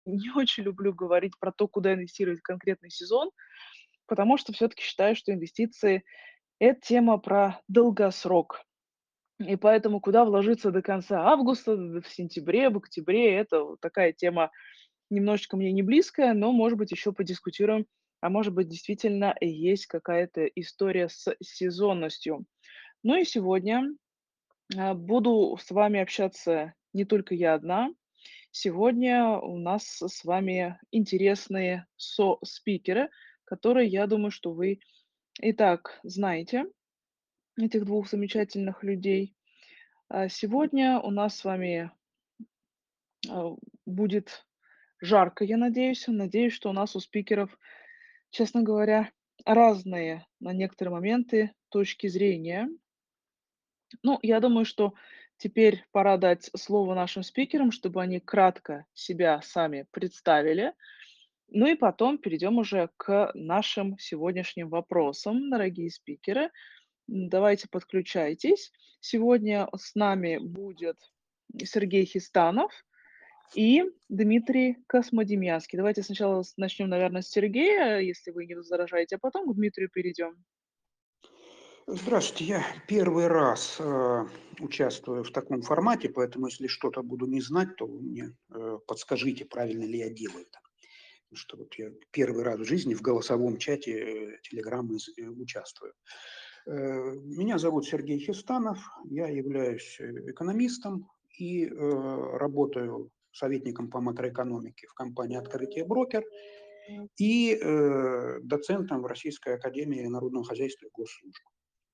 не очень люблю говорить про то, куда инвестировать в конкретный сезон, потому что все-таки считаю, что инвестиции– это тема про долгосрок. И поэтому куда вложиться до конца августа, в сентябре, в октябре– это вот такая тема немножечко мне не близкая, но, может быть, еще подискутируем, а может быть, действительно есть какая-то история с сезонностью. Ну и сегодня буду с вами общаться не только я одна. Сегодня у нас с вами интересные спикеры, которые, я думаю, что вы и так знаете, этих двух замечательных людей. Сегодня у нас с вами а, будет жарко, я надеюсь. Надеюсь, что у нас у спикеров, честно говоря, разные на некоторые моменты точки зрения. Ну, я думаю, что теперь пора дать слово нашим спикерам, чтобы они кратко себя сами представили. Ну и потом перейдем уже к нашим сегодняшним вопросам, дорогие спикеры. Давайте подключайтесь. Сегодня с нами будет Сергей Хистанов и Дмитрий Космодемьянский. Давайте сначала начнем, наверное, с Сергея, если вы не возражаете, а потом к Дмитрию перейдем. Здравствуйте, я первый раз участвую в таком формате, поэтому если что-то буду не знать, то вы мне подскажите, правильно ли я делаю это. Потому что вот я первый раз в жизни в голосовом чате Телеграма участвую. Меня зовут Сергей Хистанов, я являюсь экономистом и работаю советником по макроэкономике в компании «Открытие Брокер» и доцентом в Российской академии народного хозяйства и госслужбы.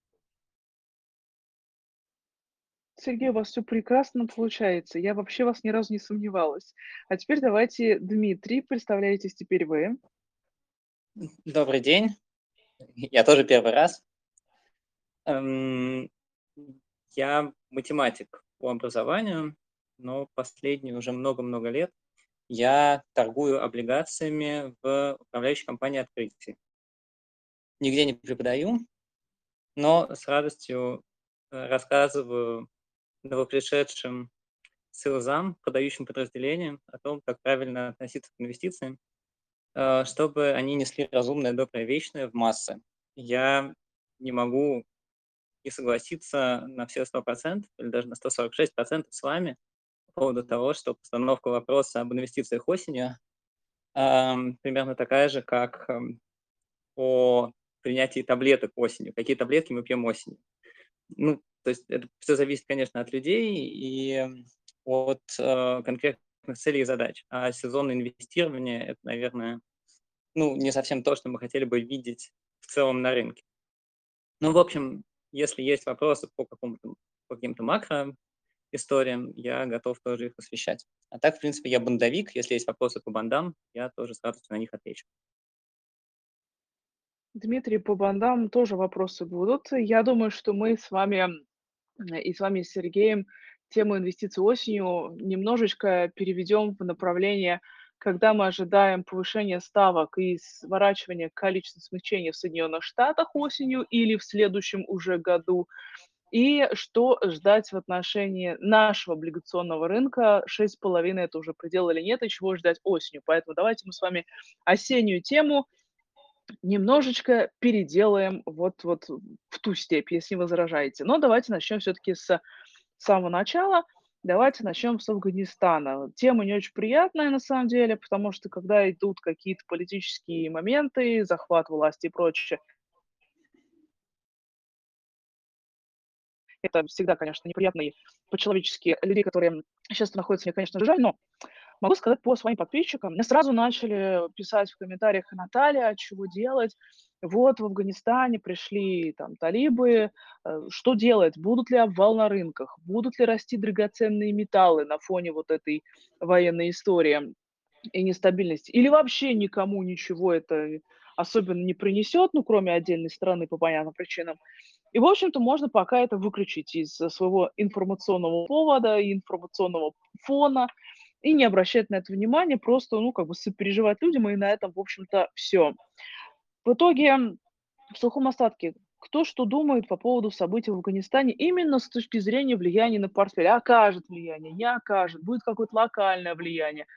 Сергей, у вас все прекрасно получается. Я вообще вас ни разу не сомневалась. А теперь давайте, Дмитрий, представляетесь теперь вы. Добрый день. Я тоже первый раз. Эм, Я математик по образованию, но последние уже много-много лет я торгую облигациями в управляющей компании «Открытие». Нигде не преподаю, но с радостью рассказываю новопришедшим селзам, продающим подразделениям о том, как правильно относиться к инвестициям, чтобы они несли разумное, доброе, вечное в массы. Я не могу и согласиться на все 100% или даже на 146% с вами по поводу того, что постановка вопроса об инвестициях осенью примерно такая же, как о принятии таблеток осенью. Какие таблетки мы пьем осенью? Ну, то есть это все зависит, конечно, от людей и от конкретных целей и задач. А сезонное инвестирование– это, наверное, ну, не совсем то, что мы хотели бы видеть в целом на рынке. Ну, в общем, если есть вопросы по каким-то макро историям, я готов тоже их освещать. А так, в принципе, я бандовик. Если есть вопросы по бандам, я тоже с радостью на них отвечу. Дмитрий, по бандам тоже вопросы будут. Я думаю, что мы с вами и с вами, с Сергеем, тему инвестиций осенью немножечко переведем в направление, когда мы ожидаем повышения ставок и сворачивания количества смягчения в Соединенных Штатах осенью или в следующем уже году, и что ждать в отношении нашего облигационного рынка. 6,5 это уже предел или нет, и чего ждать осенью. Поэтому давайте мы с вами осеннюю тему немножечко переделаем вот в ту степь, если не возражаете. Но давайте начнем все-таки с самого начала. Давайте начнем с Афганистана. Тема не очень приятная на самом деле, потому что когда идут какие-то политические моменты, захват власти и прочее, это всегда, конечно, неприятно и по-человечески людей, которые сейчас находятся, мне, конечно же, жаль, но могу сказать по своим подписчикам. Мне сразу начали писать в комментариях: «Наталья, чего делать? Вот в Афганистане пришли там талибы, что делать? Будут ли обвал на рынках? Будут ли расти драгоценные металлы на фоне вот этой военной истории и нестабильности? Или вообще никому ничего это особенно не принесет, ну, кроме отдельной страны по понятным причинам?» И, в общем-то, можно пока это выключить из своего информационного повода и информационного фона и не обращать на это внимания, просто, ну, как бы сопереживать людям, и на этом, в общем-то, все. В итоге, в сухом остатке, кто что думает по поводу событий в Афганистане именно с точки зрения влияния на портфель? Окажет влияние, не окажет, будет какое-то локальное влияние.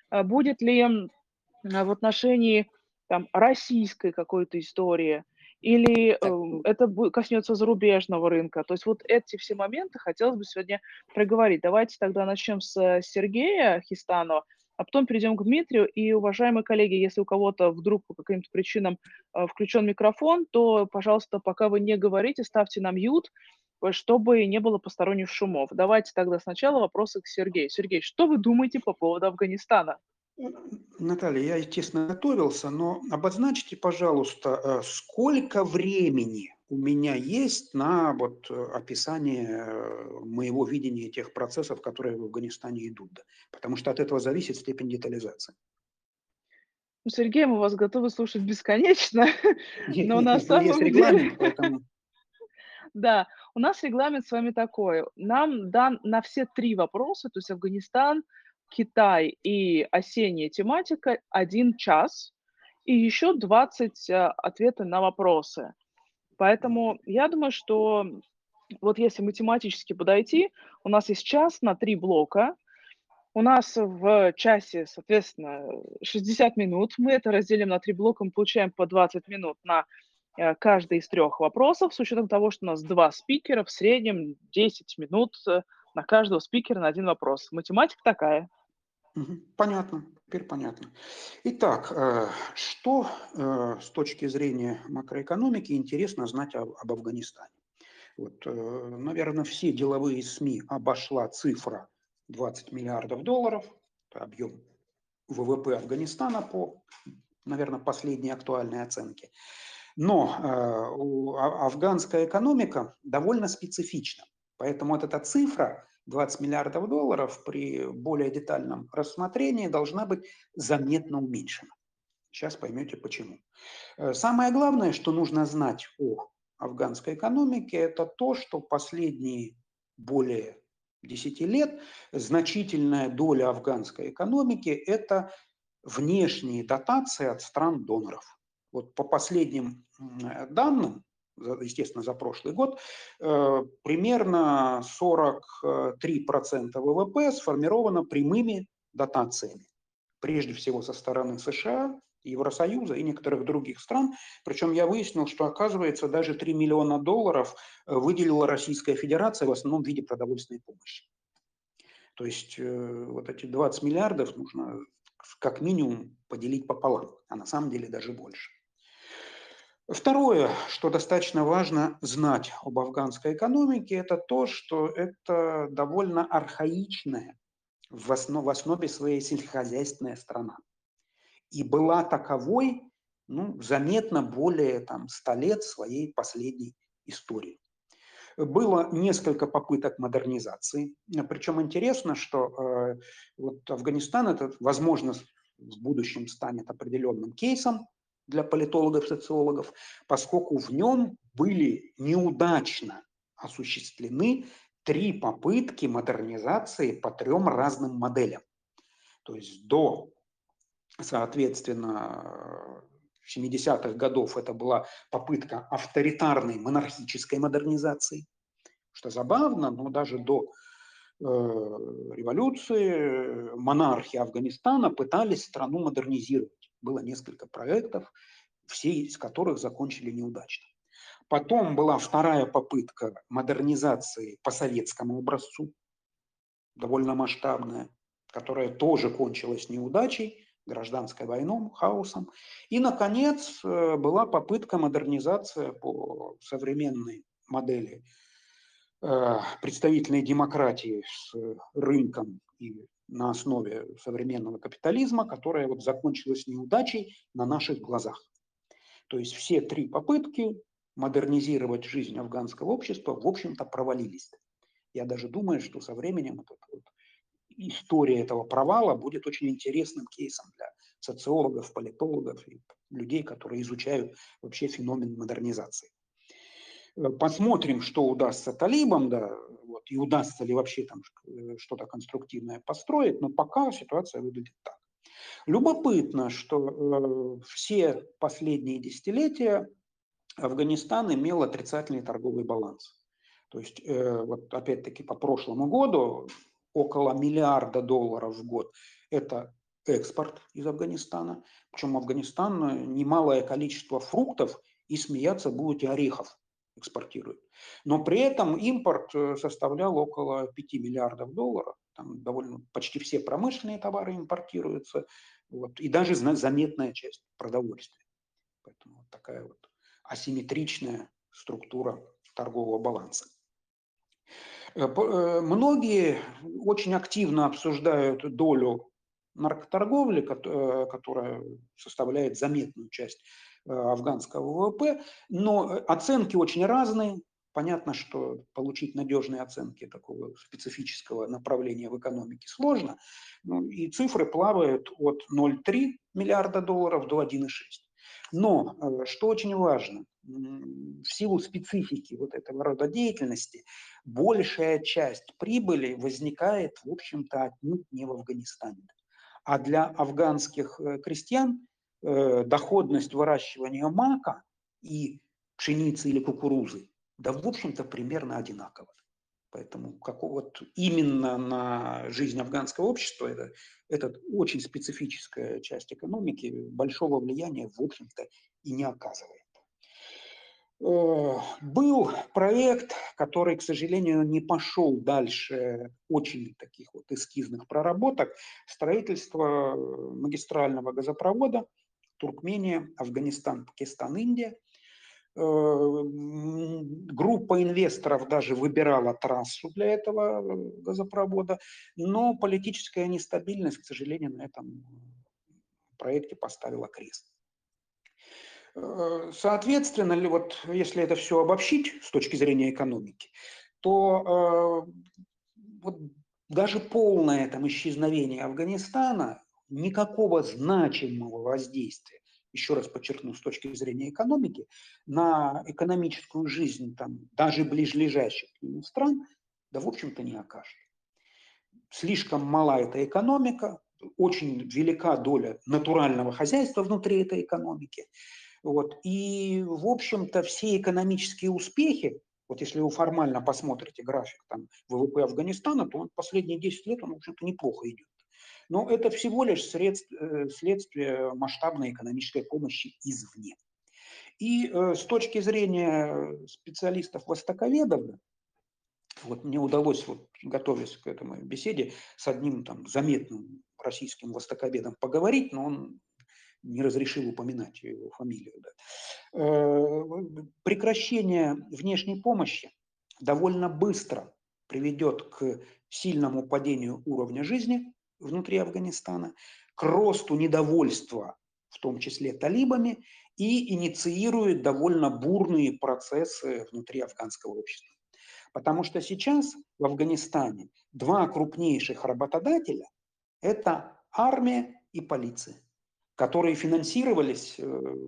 Будет ли в отношении там, российской какой-то истории, или Так, это коснется зарубежного рынка. То есть вот эти все моменты хотелось бы сегодня проговорить. Давайте тогда начнем с Сергея Хистанова, а потом перейдем к Дмитрию. И, уважаемые коллеги, если у кого-то вдруг по каким-то причинам включен микрофон, то, пожалуйста, пока вы не говорите, ставьте на мьют, чтобы не было посторонних шумов. Давайте тогда сначала вопросы к Сергею. Сергей, что вы думаете по поводу Афганистана? Наталья, я, естественно, готовился, но обозначьте, пожалуйста, сколько времени у меня есть на вот описание моего видения тех процессов, которые в Афганистане идут. Да. Потому что от этого зависит степень детализации. Ну, Сергей, мы вас готовы слушать бесконечно, Нет, но нет, на нет, но есть самом деле, регламент, поэтому... да, у нас регламент с вами такой. Нам дан на все 3 вопроса, то есть Афганистан, Китай и осенняя тематика, 1 час, и еще 20 ответы на вопросы. Поэтому я думаю, что вот если математически подойти, у нас есть час на 3 блока. У нас в часе, соответственно, 60 минут. Мы это разделим на 3 блока, мы получаем по 20 минут на каждый из 3 вопросов, с учетом того, что у нас 2 спикера, в среднем 10 минут на каждого спикера на 1 вопрос. Математика такая. Понятно, теперь понятно. Итак, что с точки зрения макроэкономики интересно знать об Афганистане? Вот, наверное, все деловые СМИ обошла цифра 20 миллиардов долларов, это объем ВВП Афганистана по, наверное, последней актуальной оценке. Но афганская экономика довольно специфична, поэтому вот эта цифра 20 миллиардов долларов при более детальном рассмотрении должна быть заметно уменьшена. Сейчас поймете почему. Самое главное, что нужно знать о афганской экономике, это то, что последние более 10 лет значительная доля афганской экономики – это внешние дотации от стран-доноров. Вот по последним данным, естественно, за прошлый год, примерно 43% ВВП сформировано прямыми дотациями. Прежде всего со стороны США, Евросоюза и некоторых других стран. Причем я выяснил, что, оказывается, даже 3 миллиона долларов выделила Российская Федерация в основном в виде продовольственной помощи. То есть вот эти 20 миллиардов нужно как минимум поделить пополам, а на самом деле даже больше. Второе, что достаточно важно знать об афганской экономике, это то, что это довольно архаичная в основе своей сельскохозяйственная страна. И была таковой заметно более 100 лет своей последней истории. Было несколько попыток модернизации. Причем интересно, что вот Афганистан, это, возможно, в будущем станет определенным кейсом для политологов, социологов, поскольку в нем были неудачно осуществлены 3 попытки модернизации по 3 разным моделям. То есть до, соответственно, 70-х годов это была попытка авторитарной монархической модернизации, что забавно, но даже до революции монархи Афганистана пытались страну модернизировать. Было несколько проектов, все из которых закончили неудачно. Потом была вторая попытка модернизации по советскому образцу, довольно масштабная, которая тоже кончилась неудачей, гражданской войной, хаосом. И, наконец, была попытка модернизации по современной модели представительной демократии с рынком и на основе современного капитализма, которая вот закончилась неудачей на наших глазах. То есть все 3 попытки модернизировать жизнь афганского общества, в общем-то, провалились. Я даже думаю, что со временем история этого провала будет очень интересным кейсом для социологов, политологов и людей, которые изучают вообще феномен модернизации. Посмотрим, что удастся талибам, да, вот, и удастся ли вообще там что-то конструктивное построить, но пока ситуация выглядит так. Любопытно, что все последние десятилетия Афганистан имел отрицательный торговый баланс. То есть, вот опять-таки по прошлому году около $1 миллиарда в год – это экспорт из Афганистана. Причем Афганистан немалое количество фруктов и, смеяться будете, орехов экспортирует. Но при этом импорт составлял около 5 миллиардов долларов. Там довольно почти все промышленные товары импортируются. Вот, и даже заметная часть продовольствия. Поэтому вот такая вот асимметричная структура торгового баланса. Многие очень активно обсуждают долю наркоторговли, которая составляет заметную часть афганского ВВП, но оценки очень разные. Понятно, что получить надежные оценки такого специфического направления в экономике сложно, и цифры плавают от 0,3 миллиарда долларов до 1,6. Но, что очень важно, в силу специфики вот этого рода деятельности, большая часть прибыли возникает, в общем-то, отнюдь не в Афганистане. А для афганских крестьян доходность выращивания мака и пшеницы или кукурузы, да, в общем-то, примерно одинакова. Поэтому вот именно на жизнь афганского общества это очень специфическая часть экономики, большого влияния, в общем-то, и не оказывает. Был проект, который, к сожалению, не пошел дальше очень таких вот эскизных проработок, строительство магистрального газопровода Туркмения, Афганистан, Пакистан, Индия. Группа инвесторов даже выбирала трассу для этого газопровода, но политическая нестабильность, к сожалению, на этом проекте поставила крест. Соответственно, вот если это все обобщить с точки зрения экономики, то вот даже полное там исчезновение Афганистана никакого значимого воздействия, еще раз подчеркну, с точки зрения экономики, на экономическую жизнь там, даже ближайших стран, да, в общем-то, не окажет. Слишком мала эта экономика, очень велика доля натурального хозяйства внутри этой экономики. Вот. И, в общем-то, все экономические успехи, вот если вы формально посмотрите график там, ВВП Афганистана, то он последние 10 лет, он, в общем-то, неплохо идет. Но это всего лишь следствие масштабной экономической помощи извне. И с точки зрения специалистов-востоковедов, вот мне удалось, вот, готовясь к этому беседе, с одним там заметным российским востоковедом поговорить, но он не разрешил упоминать его фамилию. Да. Прекращение внешней помощи довольно быстро приведет к сильному падению уровня жизни внутри Афганистана, к росту недовольства, в том числе талибами, и инициирует довольно бурные процессы внутри афганского общества. Потому что сейчас в Афганистане два крупнейших работодателя – это армия и полиция, которые финансировались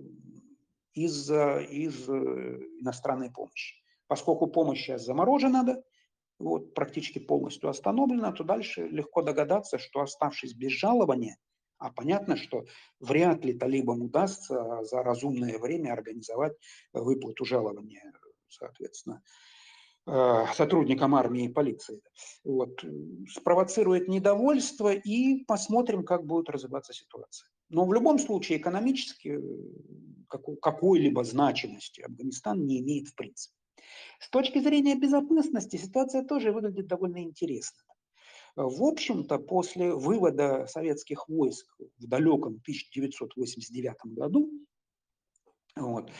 из иностранной помощи. Поскольку помощь сейчас заморожена, да, вот, практически полностью остановлена, то дальше легко догадаться, что, оставшись без жалования, а понятно, что вряд ли талибам удастся за разумное время организовать выплату жалования, соответственно, сотрудникам армии и полиции. Вот, спровоцирует недовольство, и посмотрим, как будет развиваться ситуация. Но в любом случае экономически какой-либо значимости Афганистан не имеет в принципе. С точки зрения безопасности ситуация тоже выглядит довольно интересно. В общем-то, после вывода советских войск в далеком 1989 году, вот,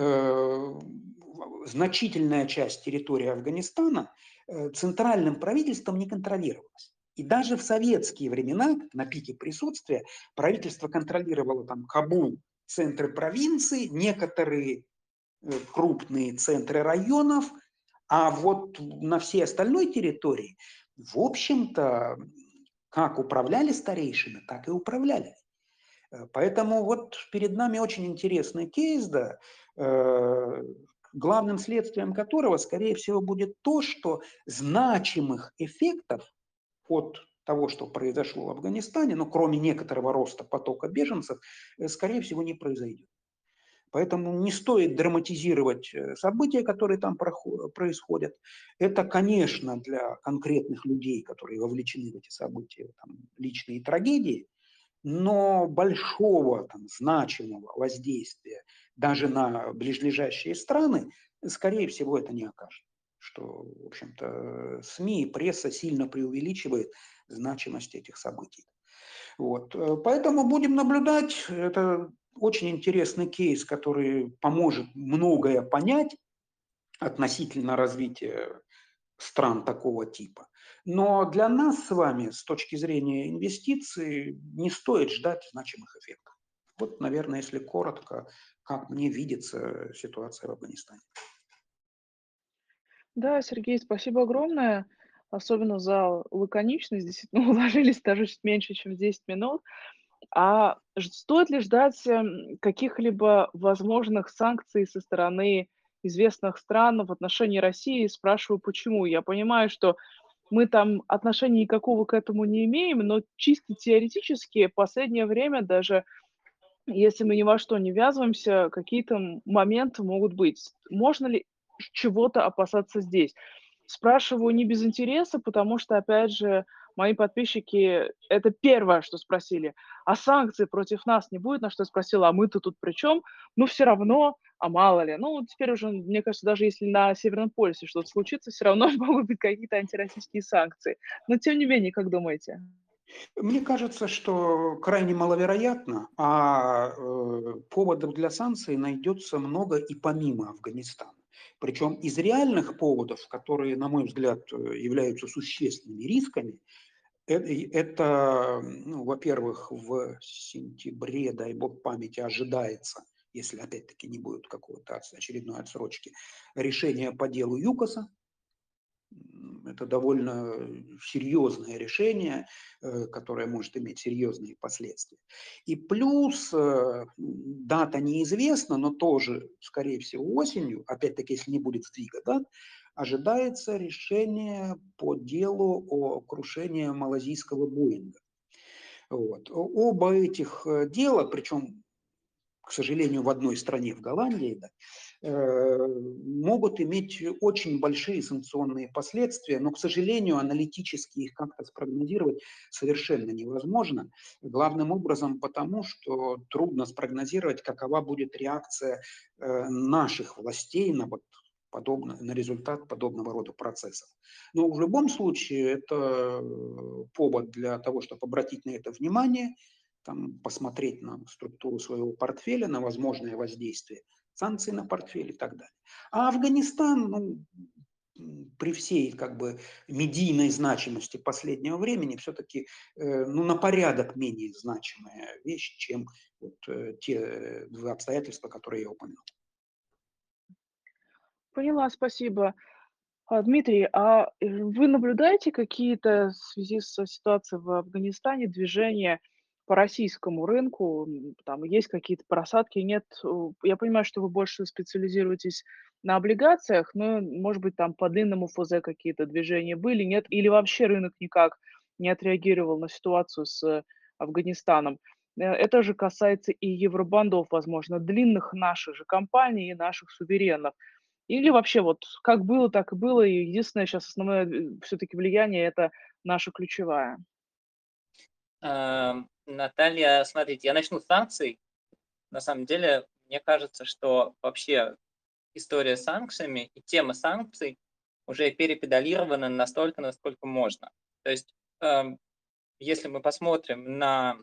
значительная часть территории Афганистана центральным правительством не контролировалась. И даже в советские времена, на пике присутствия, правительство контролировало там Кабул, центры провинции, некоторые крупные центры районов, а вот на всей остальной территории, в общем-то, как управляли старейшины, так и управляли. Поэтому вот перед нами очень интересный кейс, да, главным следствием которого, скорее всего, будет то, что значимых эффектов от того, что произошло в Афганистане, ну, кроме некоторого роста потока беженцев, скорее всего, не произойдет. Поэтому не стоит драматизировать события, которые там происходят. Это, конечно, для конкретных людей, которые вовлечены в эти события, там, личные трагедии. но большого там, значимого воздействия даже на ближайшие страны, скорее всего, это не окажет. Что, в общем-то, СМИ и пресса сильно преувеличивает значимость этих событий. Вот. Поэтому будем наблюдать. Это очень интересный кейс, который поможет многое понять относительно развития стран такого типа. Но для нас с вами, с точки зрения инвестиций, не стоит ждать значимых эффектов. Вот, наверное, если коротко, как мне видится ситуация в Афганистане. Да, Сергей, спасибо огромное, особенно за лаконичность. Действительно, уложились даже чуть меньше, чем в 10 минут. Стоит ли ждать, каких-либо возможных санкций со стороны известных стран в отношении России? Спрашиваю, почему. Я понимаю, что мы там отношения никакого к этому не имеем, но чисто теоретически последнее время даже если мы ни во что не ввязываемся, какие-то моменты могут быть. Можно ли чего-то опасаться здесь? Спрашиваю не без интереса, потому что, опять же, мои подписчики это первое, что спросили: "А санкций против нас не будет?" На что я спросила: "А мы-то тут при чём?" Ну, все равно, а мало ли. Ну, теперь уже, мне кажется, даже если на Северном полюсе что-то случится, все равно могут быть какие-то антироссийские санкции. Но тем не менее, как думаете? Мне кажется, что крайне маловероятно, а поводов для санкций найдется много и помимо Афганистана. Причем из реальных поводов, которые, на мой взгляд, являются существенными рисками, это, ну, во-первых, в сентябре, дай бог памяти, ожидается, если опять-таки не будет какой-то очередной отсрочки, решение по делу ЮКОСа. Это довольно серьезное решение, которое может иметь серьезные последствия. И плюс дата неизвестна, но тоже, скорее всего, осенью, опять-таки, если не будет сдвига дат, ожидается решение по делу о крушении малазийского Боинга. Вот. Оба этих дела, причем, к сожалению, в одной стране, в Голландии, да, могут иметь очень большие санкционные последствия, но, к сожалению, аналитически их как-то спрогнозировать совершенно невозможно. Главным образом потому, что трудно спрогнозировать, какова будет реакция наших властей на на результат подобного рода процессов. Но в любом случае это повод для того, чтобы обратить на это внимание, там, посмотреть на структуру своего портфеля, на возможное воздействие санкций на портфель и так далее. А Афганистан, ну, при всей как бы медийной значимости последнего времени все-таки ну, на порядок менее значимая вещь, чем вот, те два обстоятельства, которые я упомянул. Поняла, спасибо. Дмитрий, вы наблюдаете какие-то в связи со ситуацией в Афганистане движения по российскому рынку? Там есть какие-то просадки, нет? Я понимаю, что вы больше специализируетесь на облигациях, но, может быть, там по длинному ФЗ какие-то движения были, нет? Или вообще рынок никак не отреагировал на ситуацию с Афганистаном? Это же касается и евробандов, возможно, длинных наших же компаний и наших суверенов. Или вообще вот как было, так и было, и единственное сейчас основное, всё-таки влияние — это наша ключевая. Наталья, смотрите, я начну с санкций. На самом деле, мне кажется, что вообще история с санкциями и тема санкций уже перепедалирована настолько, насколько можно. То есть, если мы посмотрим на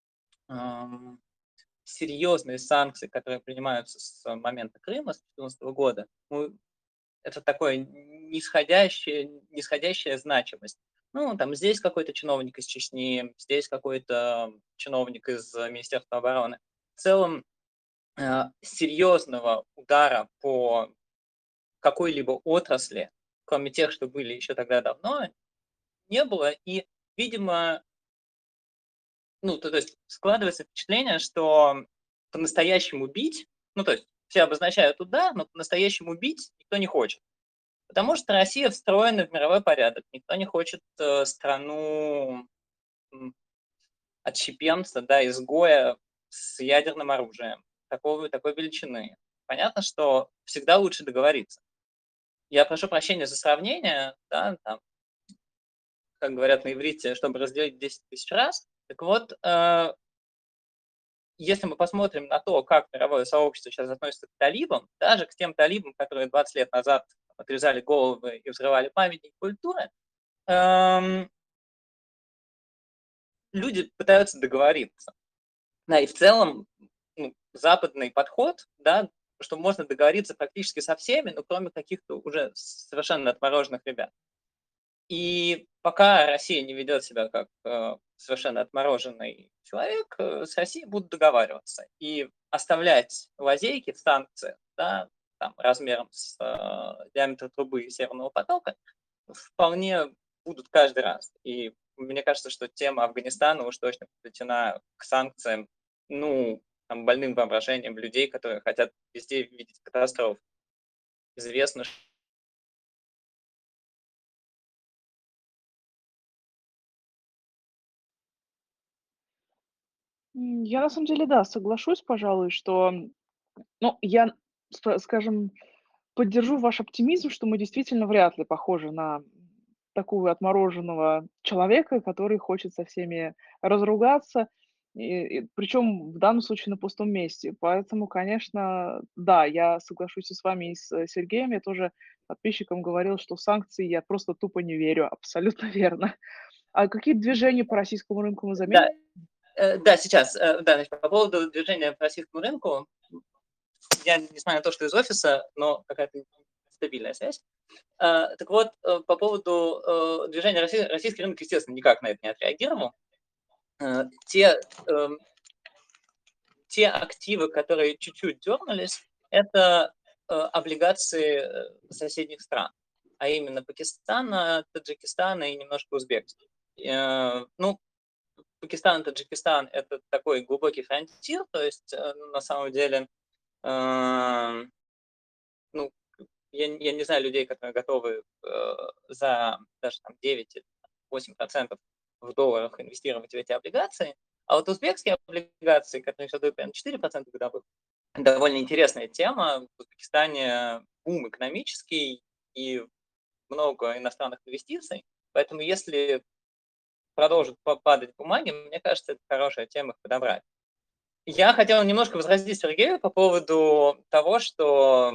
серьезные санкции, которые принимаются с момента Крыма, с 2014 года, ну, это такое нисходящая значимость. Ну, там здесь какой-то чиновник из Чечни, здесь какой-то чиновник из Министерства обороны. В целом, серьезного удара по какой-либо отрасли, кроме тех, что были еще тогда давно, не было. И, видимо, ну, то есть складывается впечатление, что по-настоящему бить, ну, то есть все обозначают удар, но по-настоящему бить никто не хочет. Потому что Россия встроена в мировой порядок. Никто не хочет страну отщепенца, да, изгоя с ядерным оружием такой величины. Понятно, что всегда лучше договориться. Я прошу прощения за сравнение, да, там, как говорят на иврите, чтобы разделить 10 тысяч раз. Так вот, если мы посмотрим на то, как мировое сообщество сейчас относится к талибам, даже к тем талибам, которые 20 лет назад отрезали головы и взрывали памятники культуры, люди пытаются договориться. Да, и в целом западный подход, да, что можно договориться практически со всеми, но кроме каких-то уже совершенно отмороженных ребят. И пока Россия не ведет себя как совершенно отмороженный человек, с Россией будут договариваться и оставлять лазейки в санкциях, да, там, размером с диаметр трубы Северного потока, вполне будут каждый раз. И мне кажется, что тема Афганистана уж точно подключена к санкциям, там, больным воображением людей, которые хотят везде видеть катастрофу. Известно, Я на самом деле, да, соглашусь, пожалуй, что, я, скажем, поддержу ваш оптимизм, что мы действительно вряд ли похожи на такого отмороженного человека, который хочет со всеми разругаться, и причем в данном случае на пустом месте. Поэтому, конечно, да, я соглашусь и с вами, и с Сергеем. Я тоже подписчикам говорила, что в санкции я просто тупо не верю. Абсолютно верно. А какие движения по российскому рынку мы да, заметили? да, сейчас, да, значит, по поводу движения по российскому рынку, я, несмотря на то, что из офиса, но какая-то стабильная связь. Так вот, по поводу движения российский рынок, естественно, никак на это не отреагировал. Те активы, которые чуть-чуть дернулись, это облигации соседних стран, а именно Пакистана, Таджикистана и немножко Узбекистана. Пакистан и Таджикистан – это такой глубокий фронтир, то есть на самом деле, я не знаю людей, которые готовы за даже там 9-8% в долларах инвестировать в эти облигации. А вот узбекские облигации, которые сейчас дают 4% годовых, довольно интересная тема. В Узбекистане бум экономический и много иностранных инвестиций. Поэтому если продолжат падать бумаги, мне кажется, это хорошая тема их подобрать. Я хотел немножко возразить Сергею по поводу того, что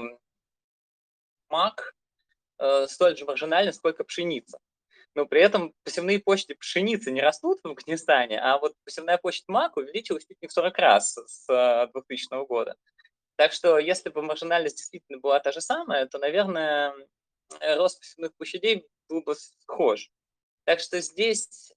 мак столь же маржинальный, сколько пшеница. Но при этом посевные площади пшеницы не растут в Афганистане, а вот посевная площадь мака увеличилась чуть не в 40 раз с 2000 года. Так что если бы маржинальность действительно была та же самая, то, наверное, рост посевных площадей был бы схож. Так что здесь,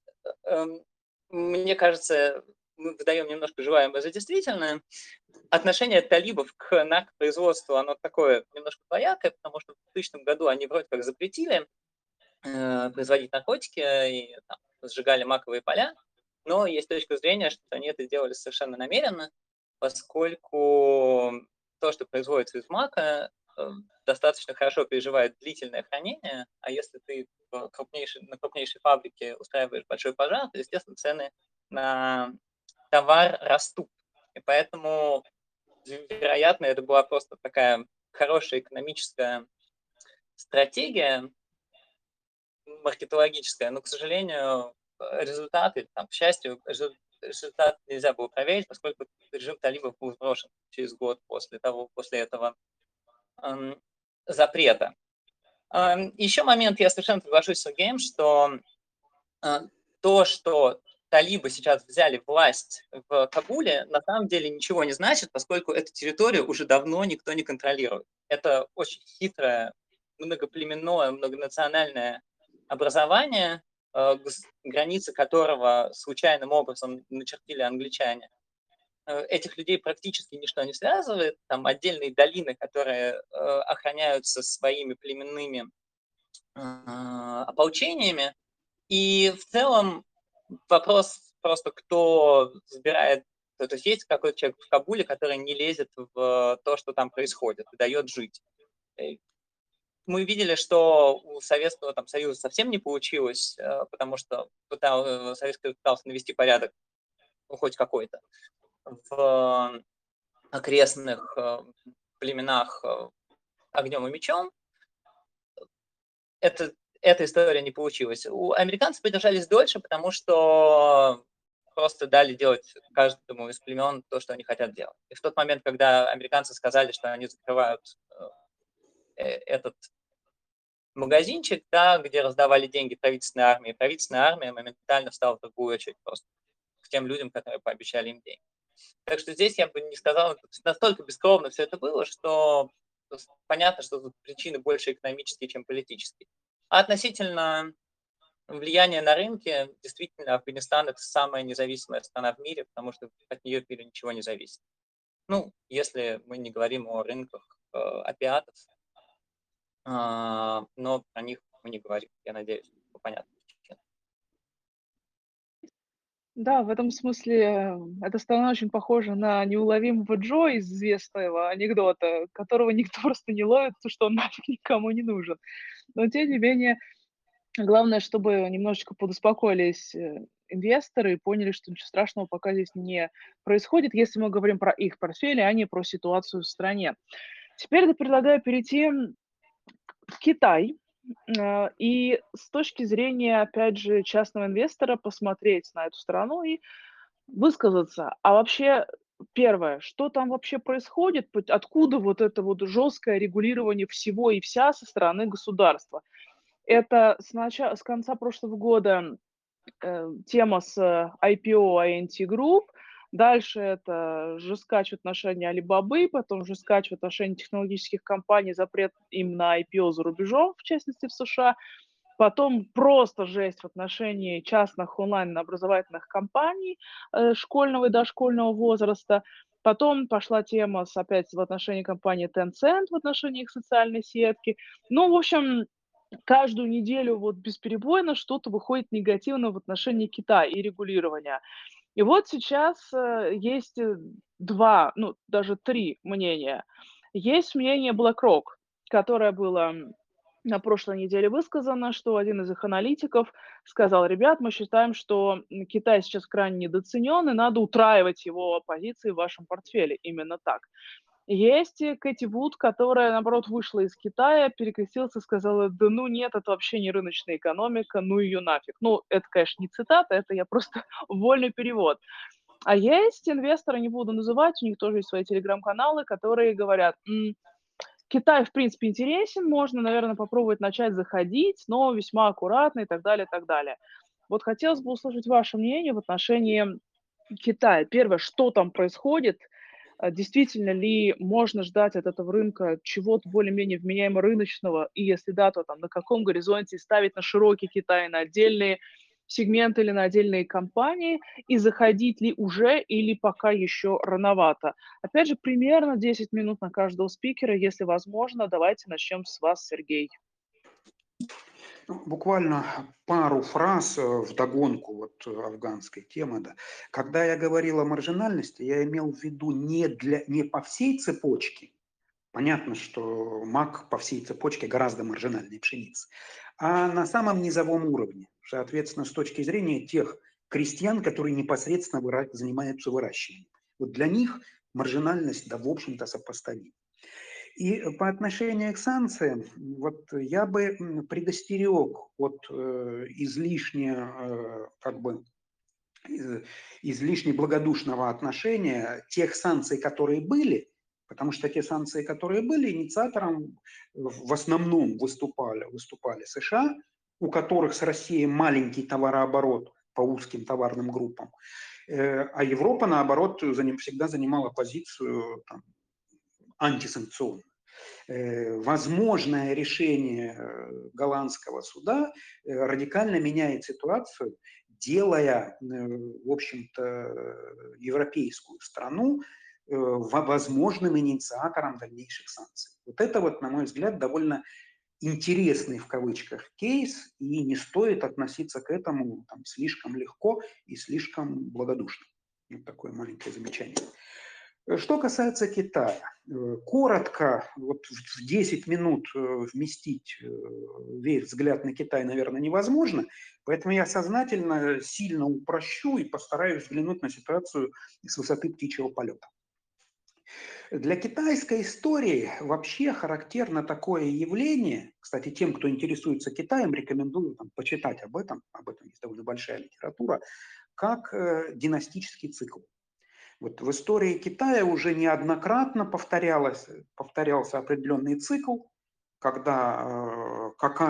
мне кажется, мы выдаем немножко желаемое за действительное. Отношение талибов к наркопроизводству, оно такое немножко двоякое, потому что в 2000 году они вроде как запретили производить наркотики и там, сжигали маковые поля, но есть точка зрения, что они это делали совершенно намеренно, поскольку то, что производится из мака, достаточно хорошо переживает длительное хранение, а если ты на крупнейшей фабрике устраиваешь большой пожар, то, естественно, цены на товар растут. И поэтому, вероятно, это была просто такая хорошая экономическая стратегия, маркетологическая, но, к сожалению, результаты, там, к счастью, результат нельзя было проверить, поскольку режим талибов был сброшен через год после этого запрета. Еще момент, я совершенно соглашусь с Сергеем, что то, что талибы сейчас взяли власть в Кабуле, на самом деле ничего не значит, поскольку эту территорию уже давно никто не контролирует. Это очень хитрое, многоплеменное, многонациональное образование, границы которого случайным образом начертили англичане. Этих людей практически ничто не связывает. Там отдельные долины, которые охраняются своими племенными ополчениями. И в целом вопрос просто, кто забирает, то есть есть какой-то человек в Кабуле, который не лезет в то, что там происходит, и дает жить. Мы видели, что у Советского Союза совсем не получилось, потому что Советский Союз пытался навести порядок, хоть какой-то, в окрестных племенах огнем и мечом. Эта история не получилась. У американцев продержались дольше, потому что просто дали делать каждому из племен то, что они хотят делать. И в тот момент, когда американцы сказали, что они закрывают этот магазинчик, да, где раздавали деньги правительственная армия моментально встала в другую очередь просто к тем людям, которые пообещали им деньги. Так что здесь я бы не сказал, настолько бескровно все это было, что понятно, что тут причины больше экономические, чем политические. А относительно влияния на рынке, действительно, Афганистан – это самая независимая страна в мире, потому что от нее в мире ничего не зависит. Ну, если мы не говорим о рынках опиатов, но о них мы не говорим, я надеюсь, по понятным причинам. Да, в этом смысле эта страна очень похожа на неуловимого Джо из известного анекдота, которого никто просто не ловит, потому что он нафиг никому не нужен. Но тем не менее, главное, чтобы немножечко подуспокоились инвесторы и поняли, что ничего страшного пока здесь не происходит, если мы говорим про их портфели, а не про ситуацию в стране. Теперь я предлагаю перейти в Китай. И с точки зрения, опять же, частного инвестора посмотреть на эту страну и высказаться. А вообще, первое, что там вообще происходит? Откуда вот это вот жесткое регулирование всего и вся со стороны государства? Это с конца прошлого года тема с IPO INT Group, дальше это жесткач в отношении Алибабы, потом жесткач в отношении технологических компаний, запрет им на IPO за рубежом, в частности в США, потом просто жесть в отношении частных онлайн-образовательных компаний школьного и дошкольного возраста. Потом пошла тема опять в отношении компании Tencent, в отношении их социальной сетки. Ну, в общем, каждую неделю вот бесперебойно что-то выходит негативно в отношении Китая и регулирования. И вот сейчас есть 2, ну, даже 3 мнения. Есть мнение BlackRock, которое было на прошлой неделе высказано, что один из их аналитиков сказал: ребят, мы считаем, что Китай сейчас крайне недооценен, и надо утраивать его позиции в вашем портфеле. Именно так. Есть Кэти Вуд, которая, наоборот, вышла из Китая, перекрестилась и сказала: да ну нет, это вообще не рыночная экономика, ну ее нафиг. Ну, это, конечно, не цитата, это я просто вольный перевод. А есть инвесторы, не буду называть, у них тоже есть свои телеграм-каналы, которые говорят: Китай, в принципе, интересен, можно, наверное, попробовать начать заходить, но весьма аккуратно и так далее, и так далее. Вот хотелось бы услышать ваше мнение в отношении Китая. Первое, что там происходит? Действительно ли можно ждать от этого рынка чего-то более-менее вменяемо рыночного? И если да, то там на каком горизонте ставить на широкий Китай, на отдельные сегменты или на отдельные компании? И заходить ли уже или пока еще рановато? Опять же, примерно 10 минут на каждого спикера, если возможно. Давайте начнем с вас, Сергей. Ну, буквально пару фраз вдогонку вот афганской темы. Да. Когда я говорил о маржинальности, я имел в виду не по всей цепочке. Понятно, что мак по всей цепочке гораздо маржинальнее пшеницы. А на самом низовом уровне, соответственно, с точки зрения тех крестьян, которые непосредственно занимаются выращиванием. Вот для них маржинальность, да, в общем-то, сопоставима. И по отношению к санкциям, вот я бы предостерег от излишне благодушного отношения тех санкций, которые были, потому что те санкции, которые были, инициатором в основном выступали США, у которых с Россией маленький товарооборот по узким товарным группам, а Европа, наоборот, всегда занимала позицию там, антисанкционную. Возможное решение голландского суда радикально меняет ситуацию, делая, в общем-то, европейскую страну возможным инициатором дальнейших санкций. Вот это вот, на мой взгляд, довольно интересный в кавычках кейс, и не стоит относиться к этому там, слишком легко и слишком благодушно. Вот такое маленькое замечание. Что касается Китая, коротко, вот в 10 минут вместить весь взгляд на Китай, наверное, невозможно, поэтому я сознательно сильно упрощу и постараюсь взглянуть на ситуацию с высоты птичьего полета. Для китайской истории вообще характерно такое явление, кстати, тем, кто интересуется Китаем, рекомендую там, почитать об этом есть довольно большая литература, как династический цикл. Вот в истории Китая уже неоднократно повторялся определенный цикл, когда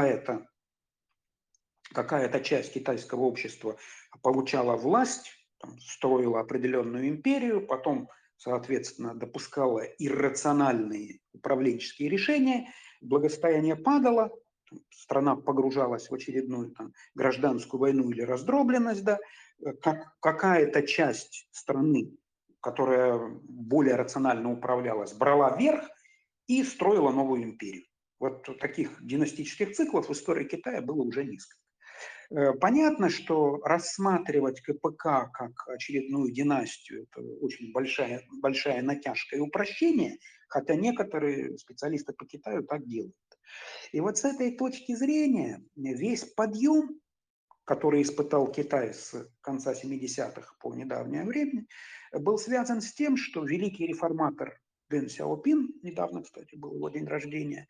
какая-то часть китайского общества получала власть, там, строила определенную империю, потом, соответственно, допускала иррациональные управленческие решения, благосостояние падало, страна погружалась в очередную там, гражданскую войну или раздробленность, да, какая-то часть страны, которая более рационально управлялась, брала верх и строила новую империю. Вот таких династических циклов в истории Китая было уже несколько. Понятно, что рассматривать КПК как очередную династию – это очень большая натяжка и упрощение, хотя некоторые специалисты по Китаю так делают. И вот с этой точки зрения весь подъем, который испытал Китай с конца 70-х по недавнее время, был связан с тем, что великий реформатор Дэн Сяопин, недавно, кстати, был его день рождения,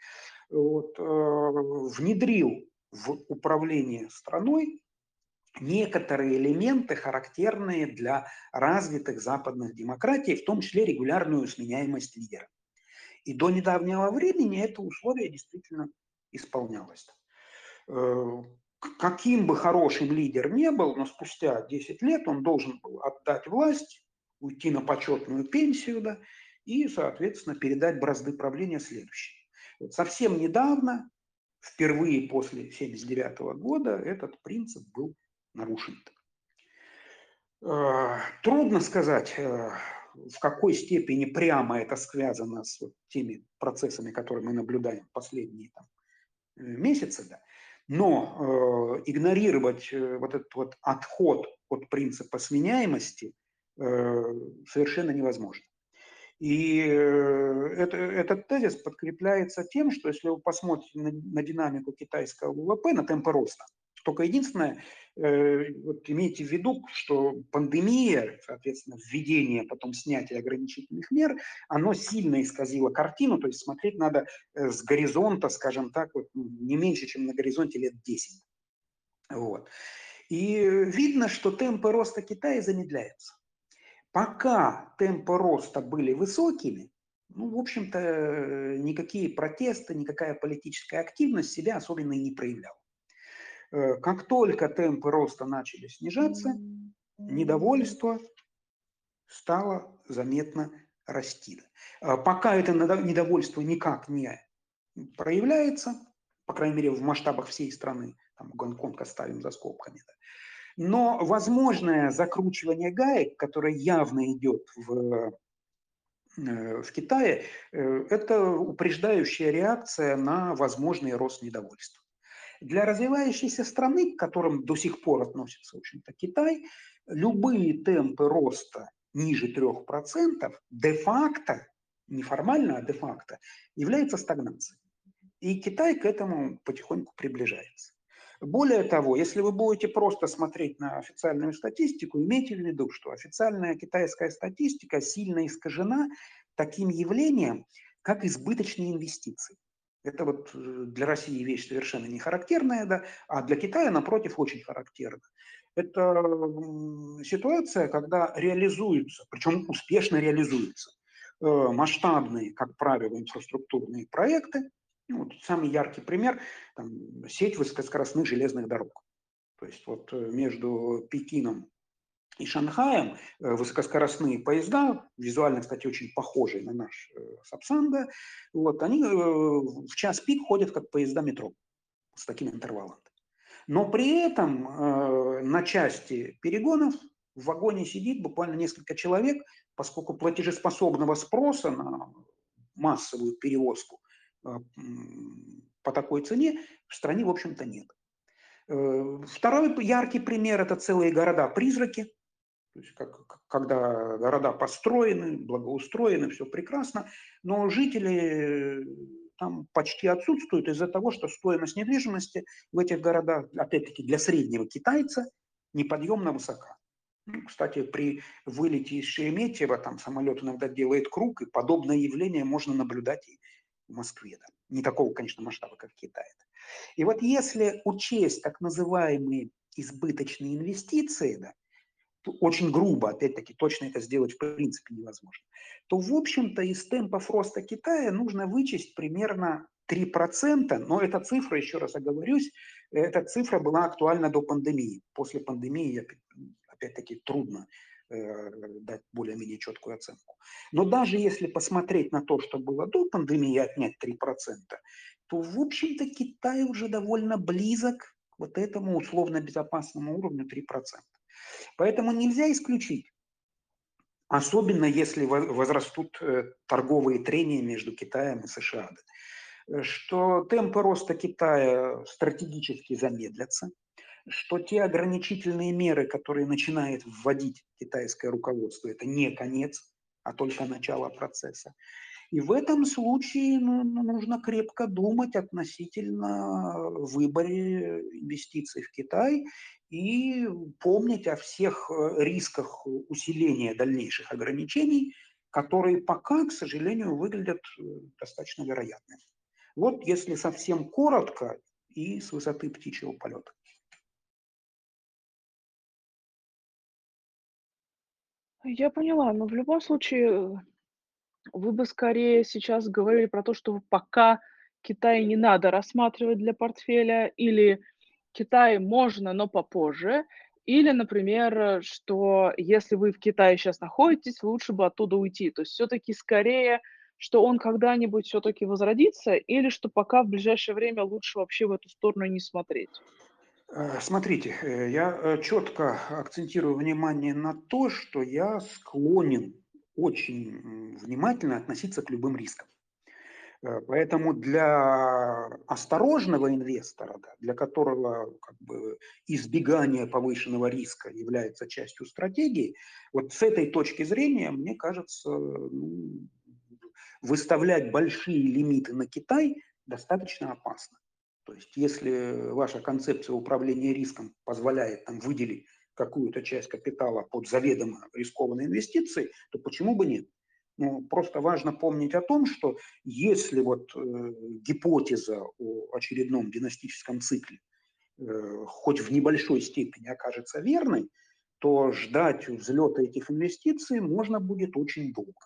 внедрил в управление страной некоторые элементы, характерные для развитых западных демократий, в том числе регулярную сменяемость лидера. И до недавнего времени это условие действительно исполнялось. Каким бы хорошим лидер ни был, но спустя 10 лет он должен был отдать власть, уйти на почетную пенсию, да, и, соответственно, передать бразды правления следующим. Вот совсем недавно, впервые после 1979 года, этот принцип был нарушен. Трудно сказать, в какой степени прямо это связано с теми процессами, которые мы наблюдаем последние месяцы, да. Но игнорировать вот этот вот отход от принципа сменяемости совершенно невозможно. И этот тезис подкрепляется тем, что если вы посмотрите на динамику китайского ВВП, на темпы роста, только единственное, вот имейте в виду, что пандемия, соответственно, введение, потом снятие ограничительных мер, оно сильно исказило картину, то есть смотреть надо с горизонта, скажем так, вот, не меньше, чем на горизонте лет 10. Вот. И видно, что темпы роста Китая замедляются. Пока темпы роста были высокими, ну, в общем-то, никакие протесты, никакая политическая активность себя особенно и не проявляла. Как только темпы роста начали снижаться, недовольство стало заметно расти. Пока это недовольство никак не проявляется, по крайней мере, в масштабах всей страны, там Гонконг оставим за скобками, да. Но возможное закручивание гаек, которое явно идет в Китае, это упреждающая реакция на возможный рост недовольства. Для развивающейся страны, к которым до сих пор относится, в общем-то, Китай, любые темпы роста ниже 3% де-факто, не формально, а де-факто, является стагнацией. И Китай к этому потихоньку приближается. Более того, если вы будете просто смотреть на официальную статистику, имейте в виду, что официальная китайская статистика сильно искажена таким явлением, как избыточные инвестиции. Это вот для России вещь совершенно не характерная, да, а для Китая, напротив, очень характерна. Это ситуация, когда реализуются, причем успешно реализуются, масштабные, как правило, инфраструктурные проекты. Ну, вот самый яркий пример – сеть высокоскоростных железных дорог. То есть вот между Пекином и Шанхаем высокоскоростные поезда, визуально, кстати, очень похожие на наш Сапсан, да, вот, они в час пик ходят как поезда метро с таким интервалом. Но при этом на части перегонов в вагоне сидит буквально несколько человек, поскольку платежеспособного спроса на массовую перевозку по такой цене в стране, в общем-то, нет. Второй яркий пример – это целые города-призраки. То есть когда города построены, благоустроены, все прекрасно, но жители там почти отсутствуют из-за того, что стоимость недвижимости в этих городах, опять-таки для среднего китайца, неподъемно высока. Ну, кстати, при вылете из Шереметьево там самолет иногда делает круг, и подобное явление можно наблюдать и в Москве. Да. Не такого, конечно, масштаба, как в Китае. И вот если учесть так называемые избыточные инвестиции, да, очень грубо, опять-таки, точно это сделать в принципе невозможно, то, в общем-то, из темпов роста Китая нужно вычесть примерно 3%, но эта цифра, еще раз оговорюсь, эта цифра была актуальна до пандемии. После пандемии, опять-таки, трудно дать более-менее четкую оценку. Но даже если посмотреть на то, что было до пандемии, и отнять 3%, то, в общем-то, Китай уже довольно близок к вот этому условно безопасному уровню 3%. Поэтому нельзя исключить, особенно если возрастут торговые трения между Китаем и США, что темпы роста Китая стратегически замедлятся, что те ограничительные меры, которые начинает вводить китайское руководство, это не конец, а только начало процесса. И в этом случае нужно крепко думать относительно выбора инвестиций в Китай и помнить о всех рисках усиления дальнейших ограничений, которые пока, к сожалению, выглядят достаточно вероятными. Вот если совсем коротко и с высоты птичьего полета. Я поняла, но в любом случае вы бы скорее сейчас говорили про то, что пока Китай не надо рассматривать для портфеля, или Китай можно, но попозже, или, например, что если вы в Китае сейчас находитесь, лучше бы оттуда уйти. То есть все-таки скорее, что он когда-нибудь все-таки возродится, или что пока в ближайшее время лучше вообще в эту сторону не смотреть. Смотрите, я четко акцентирую внимание на то, что я склонен очень внимательно относиться к любым рискам. Поэтому для осторожного инвестора, да, для которого как бы избегание повышенного риска является частью стратегии, вот с этой точки зрения, мне кажется, выставлять большие лимиты на Китай достаточно опасно. То есть если ваша концепция управления риском позволяет там выделить какую-то часть капитала под заведомо рискованные инвестиции, то почему бы нет? Ну, просто важно помнить о том, что если вот гипотеза о очередном династическом цикле хоть в небольшой степени окажется верной, то ждать взлета этих инвестиций можно будет очень долго.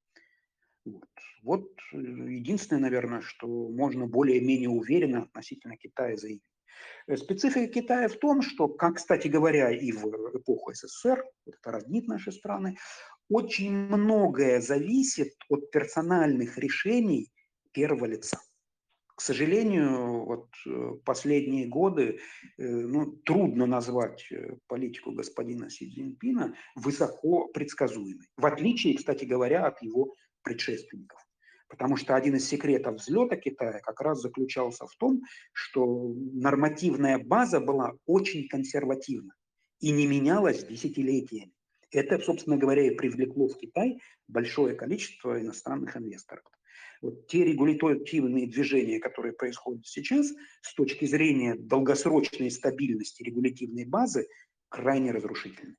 Вот единственное, наверное, что можно более-менее уверенно относительно Китая заявить. Специфика Китая в том, что, как, кстати говоря, и в эпоху СССР, это роднит наши страны, очень многое зависит от персональных решений первого лица. К сожалению, вот последние годы трудно назвать политику господина Си Цзиньпина высоко предсказуемой, в отличие, кстати говоря, от его предшественников. Потому что один из секретов взлета Китая как раз заключался в том, что нормативная база была очень консервативна и не менялась десятилетиями. Это, собственно говоря, и привлекло в Китай большое количество иностранных инвесторов. Вот те регуляторные движения, которые происходят сейчас, с точки зрения долгосрочной стабильности регулятивной базы, крайне разрушительны.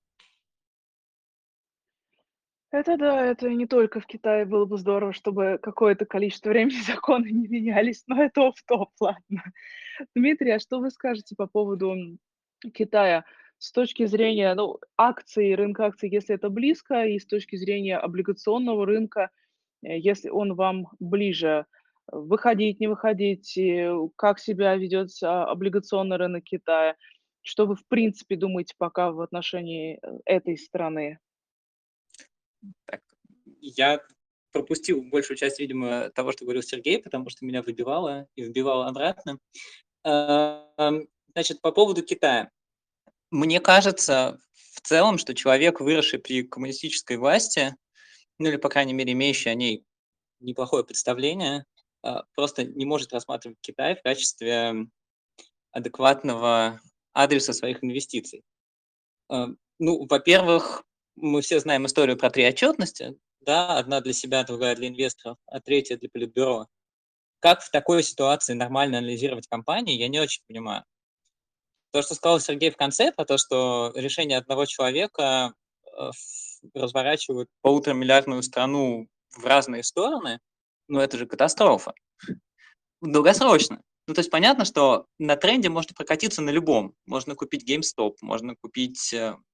Это да, это не только в Китае. Было бы здорово, чтобы какое-то количество времени законы не менялись, но это офф-топ, ладно. Дмитрий, а что вы скажете по поводу Китая с точки зрения, ну, акций, рынка акций, если это близко, и с точки зрения облигационного рынка, если он вам ближе? Выходить, не выходить, как себя ведет облигационный рынок Китая? Что вы в принципе думаете пока в отношении этой страны? Так, я пропустил большую часть, видимо, того, что говорил Сергей, потому что меня выбивало и вбивало обратно. Значит, по поводу Китая. Мне кажется в целом, что человек, выросший при коммунистической власти, ну или, по крайней мере, имеющий о ней неплохое представление, просто не может рассматривать Китай в качестве адекватного адреса своих инвестиций. Ну, во-первых, мы все знаем историю про 3 отчетности, да, одна для себя, другая для инвесторов, а третья для политбюро. Как в такой ситуации нормально анализировать компании, я не очень понимаю. То, что сказал Сергей в конце, про то, что решение одного человека разворачивают полуторамиллиардную страну в разные стороны, ну это же катастрофа. Долгосрочно. Ну, то есть понятно, что на тренде можно прокатиться на любом. Можно купить GameStop, можно купить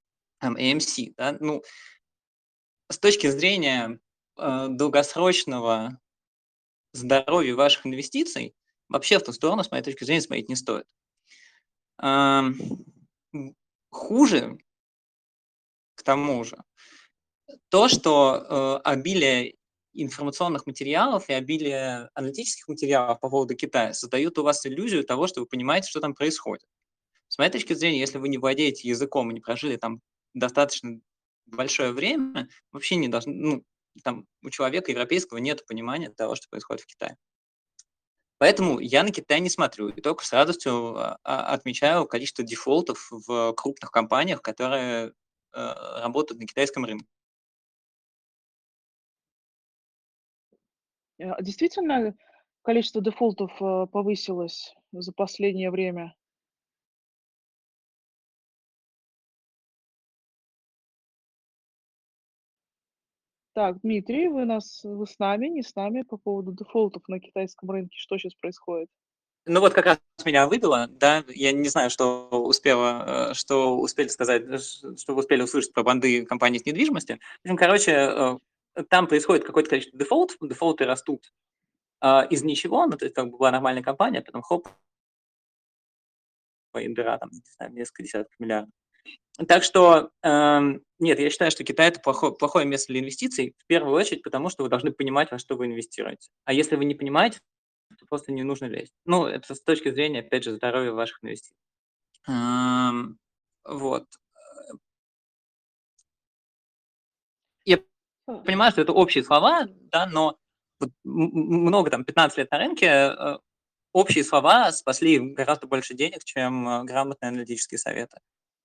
AMC, да, ну, с точки зрения долгосрочного здоровья ваших инвестиций, вообще в ту сторону, с моей точки зрения, смотреть не стоит. Ам, Хуже, к тому же, то, что обилие информационных материалов и обилие аналитических материалов по поводу Китая создают у вас иллюзию того, что вы понимаете, что там происходит. С моей точки зрения, если вы не владеете языком и не прожили там достаточно большое время, вообще не должны, ну, там у человека европейского нет понимания того, что происходит в Китае. Поэтому я на Китай не смотрю и только с радостью отмечаю количество дефолтов в крупных компаниях, которые работают на китайском рынке. Действительно, количество дефолтов повысилось за последнее время? Так, Дмитрий, вы с нами, не с нами по поводу дефолтов на китайском рынке? Что сейчас происходит? Ну вот как раз меня выбило, да, я не знаю, что что успели сказать, что вы успели услышать про банды компаний с недвижимости. В общем, короче, там происходит какое-то количество дефолтов, дефолты растут из ничего, ну, то есть как бы была нормальная компания, а потом хоп, и дыра там, не знаю, несколько десятков миллиардов. Так что, нет, я считаю, что Китай – это плохое место для инвестиций, в первую очередь, потому что вы должны понимать, во что вы инвестируете. А если вы не понимаете, то просто не нужно лезть. Ну, это с точки зрения, опять же, здоровья ваших инвестиций. Вот. Я А, понимаю, что это общие слова, да, но вот много, там, 15 лет на рынке, общие слова спасли гораздо больше денег, чем грамотные аналитические советы.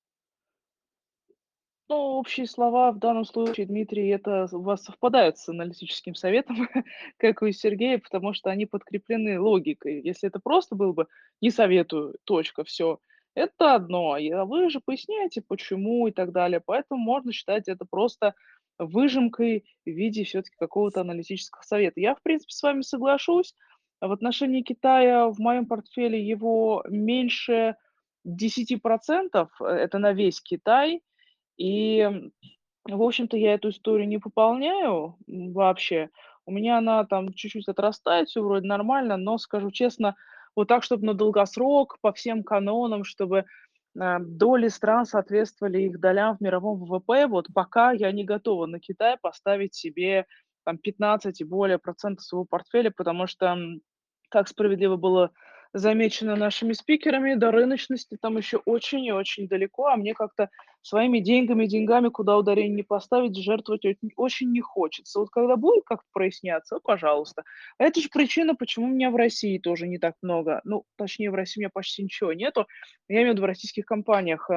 Ну, общие слова в данном случае, Дмитрий, это у вас совпадают с аналитическим советом, как и у Сергея, потому что они подкреплены логикой. Если это просто было бы «не советую», точка, все, это одно, а вы же поясняете, почему и так далее. Поэтому можно считать это просто выжимкой в виде все-таки какого-то аналитического совета. Я, в принципе, с вами соглашусь. В отношении Китая в моем портфеле его меньше 10%, это на весь Китай, и, в общем-то, я эту историю не пополняю, вообще. У меня она там чуть-чуть отрастает, все вроде нормально, но, скажу честно, вот так, чтобы на долгосрок, по всем канонам, чтобы, доли стран соответствовали их долям в мировом ВВП, вот пока я не готова на Китай поставить себе там 15 и более процентов своего портфеля, потому что, как справедливо было замечено нашими спикерами, до рыночности там еще очень и очень далеко, а мне как-то своими деньгами, куда ударение не поставить, жертвовать очень не хочется. Вот когда будет как-то проясняться, пожалуйста. А это же причина, почему у меня в России тоже не так много. Ну, точнее, в России у меня почти ничего нету. Я имею в виду в российских компаниях.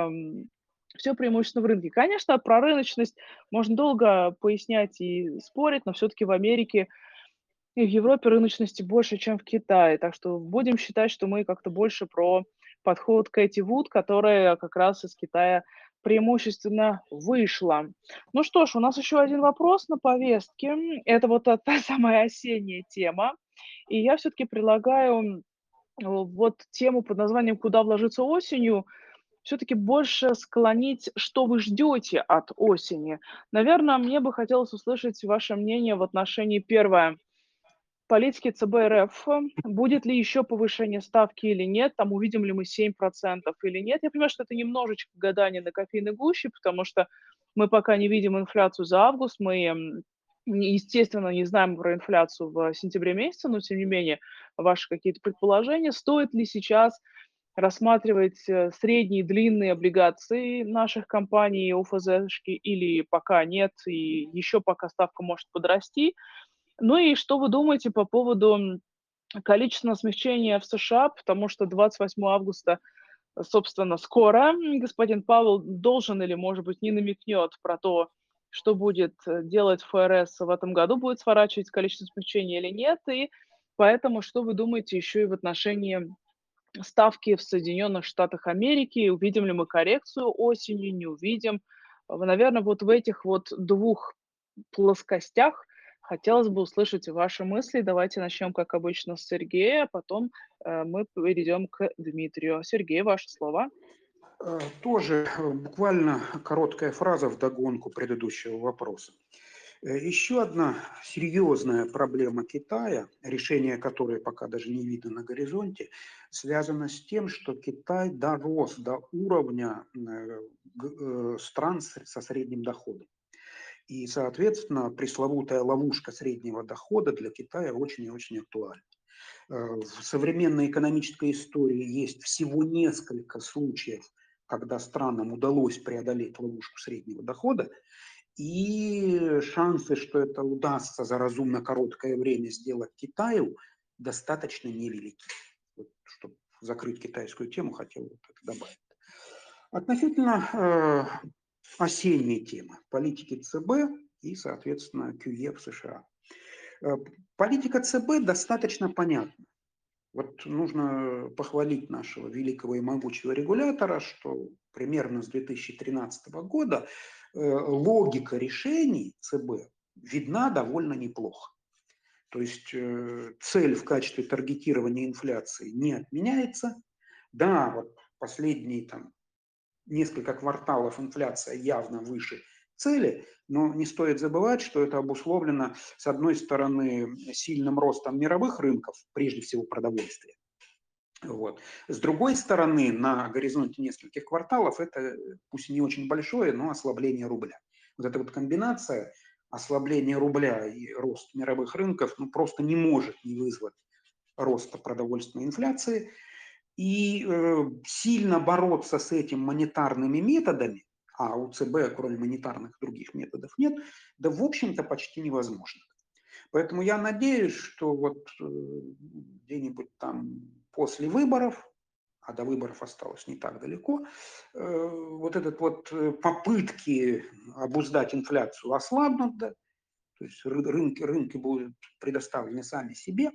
Все преимущественно в рынке. Конечно, про рыночность можно долго пояснять и спорить, но все-таки в Америке и в Европе рыночности больше, чем в Китае. Так что будем считать, что мы как-то больше про подход Кэти Вуд, которая как раз из Китая преимущественно вышла. Ну что ж, у нас еще один вопрос на повестке. Это вот та самая осенняя тема. И я все-таки предлагаю вот тему под названием «Куда вложиться осенью» все-таки больше склонить, что вы ждете от осени. Наверное, мне бы хотелось услышать ваше мнение в отношении, первое, политики ЦБ РФ. Будет ли еще повышение ставки или нет? Там увидим ли мы 7% или нет? Я понимаю, что это немножечко гадание на кофейной гуще, потому что мы пока не видим инфляцию за август. Мы, естественно, не знаем про инфляцию в сентябре месяце, но тем не менее, ваши какие-то предположения. Стоит ли сейчас рассматривать средние, длинные облигации наших компаний, ОФЗшки, или пока нет, и еще пока ставка может подрасти? Ну и что вы думаете по поводу количественного смягчения в США? Потому что 28 августа, собственно, скоро господин Пауэлл должен или, может быть, не намекнет про то, что будет делать ФРС в этом году, будет сворачивать количество смягчения или нет. И поэтому что вы думаете еще и в отношении ставки в Соединенных Штатах Америки? Увидим ли мы коррекцию осенью, не увидим? Наверное, вот в этих вот двух плоскостях хотелось бы услышать ваши мысли. Давайте начнем, как обычно, с Сергея, а потом мы перейдем к Дмитрию. Сергей, ваше слово. Тоже буквально короткая фраза вдогонку предыдущего вопроса. Еще одна серьезная проблема Китая, решение которой пока даже не видно на горизонте, связана с тем, что Китай дорос до уровня стран со средним доходом. И, соответственно, пресловутая ловушка среднего дохода для Китая очень и очень актуальна. В современной экономической истории есть всего несколько случаев, когда странам удалось преодолеть ловушку среднего дохода, и шансы, что это удастся за разумно короткое время сделать Китаю, достаточно невелики. Вот, чтобы закрыть китайскую тему, хотел вот это добавить. Относительно осенней темы политики ЦБ и, соответственно, QE в США. Политика ЦБ достаточно понятна. Вот нужно похвалить нашего великого и могучего регулятора, что примерно с 2013 года логика решений ЦБ видна довольно неплохо. То есть цель в качестве таргетирования инфляции не отменяется. Да, вот последние там несколько кварталов инфляция явно выше цели, но не стоит забывать, что это обусловлено, с одной стороны, сильным ростом мировых рынков, прежде всего продовольствия. Вот. С другой стороны, на горизонте нескольких кварталов это, пусть и не очень большое, но ослабление рубля. Вот эта вот комбинация ослабления рубля и рост мировых рынков просто не может не вызвать роста продовольственной инфляции. И сильно бороться с этим монетарными методами, а у ЦБ, кроме монетарных, других методов нет, да, в общем-то, почти невозможно. Поэтому я надеюсь, что вот где-нибудь там после выборов, а до выборов осталось не так далеко, вот этот вот попытки обуздать инфляцию ослабнут, да, то есть рынки будут предоставлены сами себе,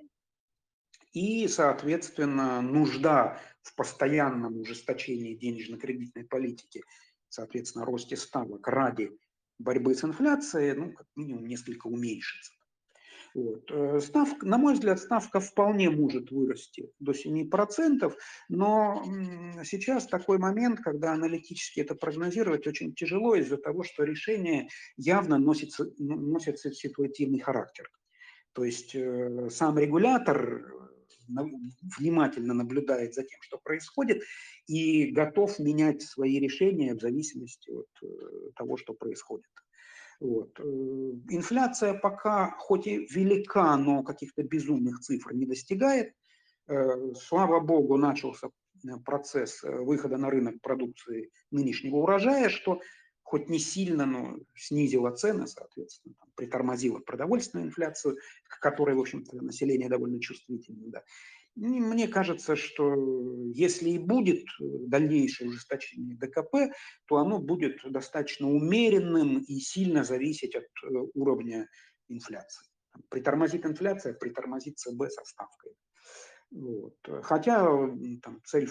и, соответственно, нужда в постоянном ужесточении денежно-кредитной политики, соответственно, росте ставок ради борьбы с инфляцией, как минимум несколько уменьшится. Вот. Ставка, на мой взгляд, ставка вполне может вырасти до 7%, но сейчас такой момент, когда аналитически это прогнозировать очень тяжело из-за того, что решение явно носит ситуативный характер. То есть сам регулятор внимательно наблюдает за тем, что происходит, и готов менять свои решения в зависимости от того, что происходит. Вот. Инфляция пока хоть и велика, но каких-то безумных цифр не достигает. Слава богу, начался процесс выхода на рынок продукции нынешнего урожая, что хоть не сильно, но снизило цены, соответственно, притормозило продовольственную инфляцию, к которой, в общем-то, население довольно чувствительно. Да. Мне кажется, что если и будет дальнейшее ужесточение ДКП, то оно будет достаточно умеренным и сильно зависеть от уровня инфляции. Притормозит инфляция, притормозит ЦБ со ставкой. Вот. Хотя там, цель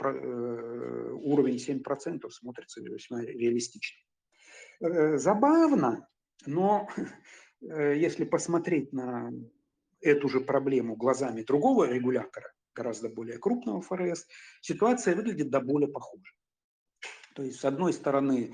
уровень 7% смотрится весьма реалистично. Забавно, но если посмотреть на эту же проблему глазами другого регулятора, гораздо более крупного ФРС, ситуация выглядит до боли похуже. То есть, с одной стороны,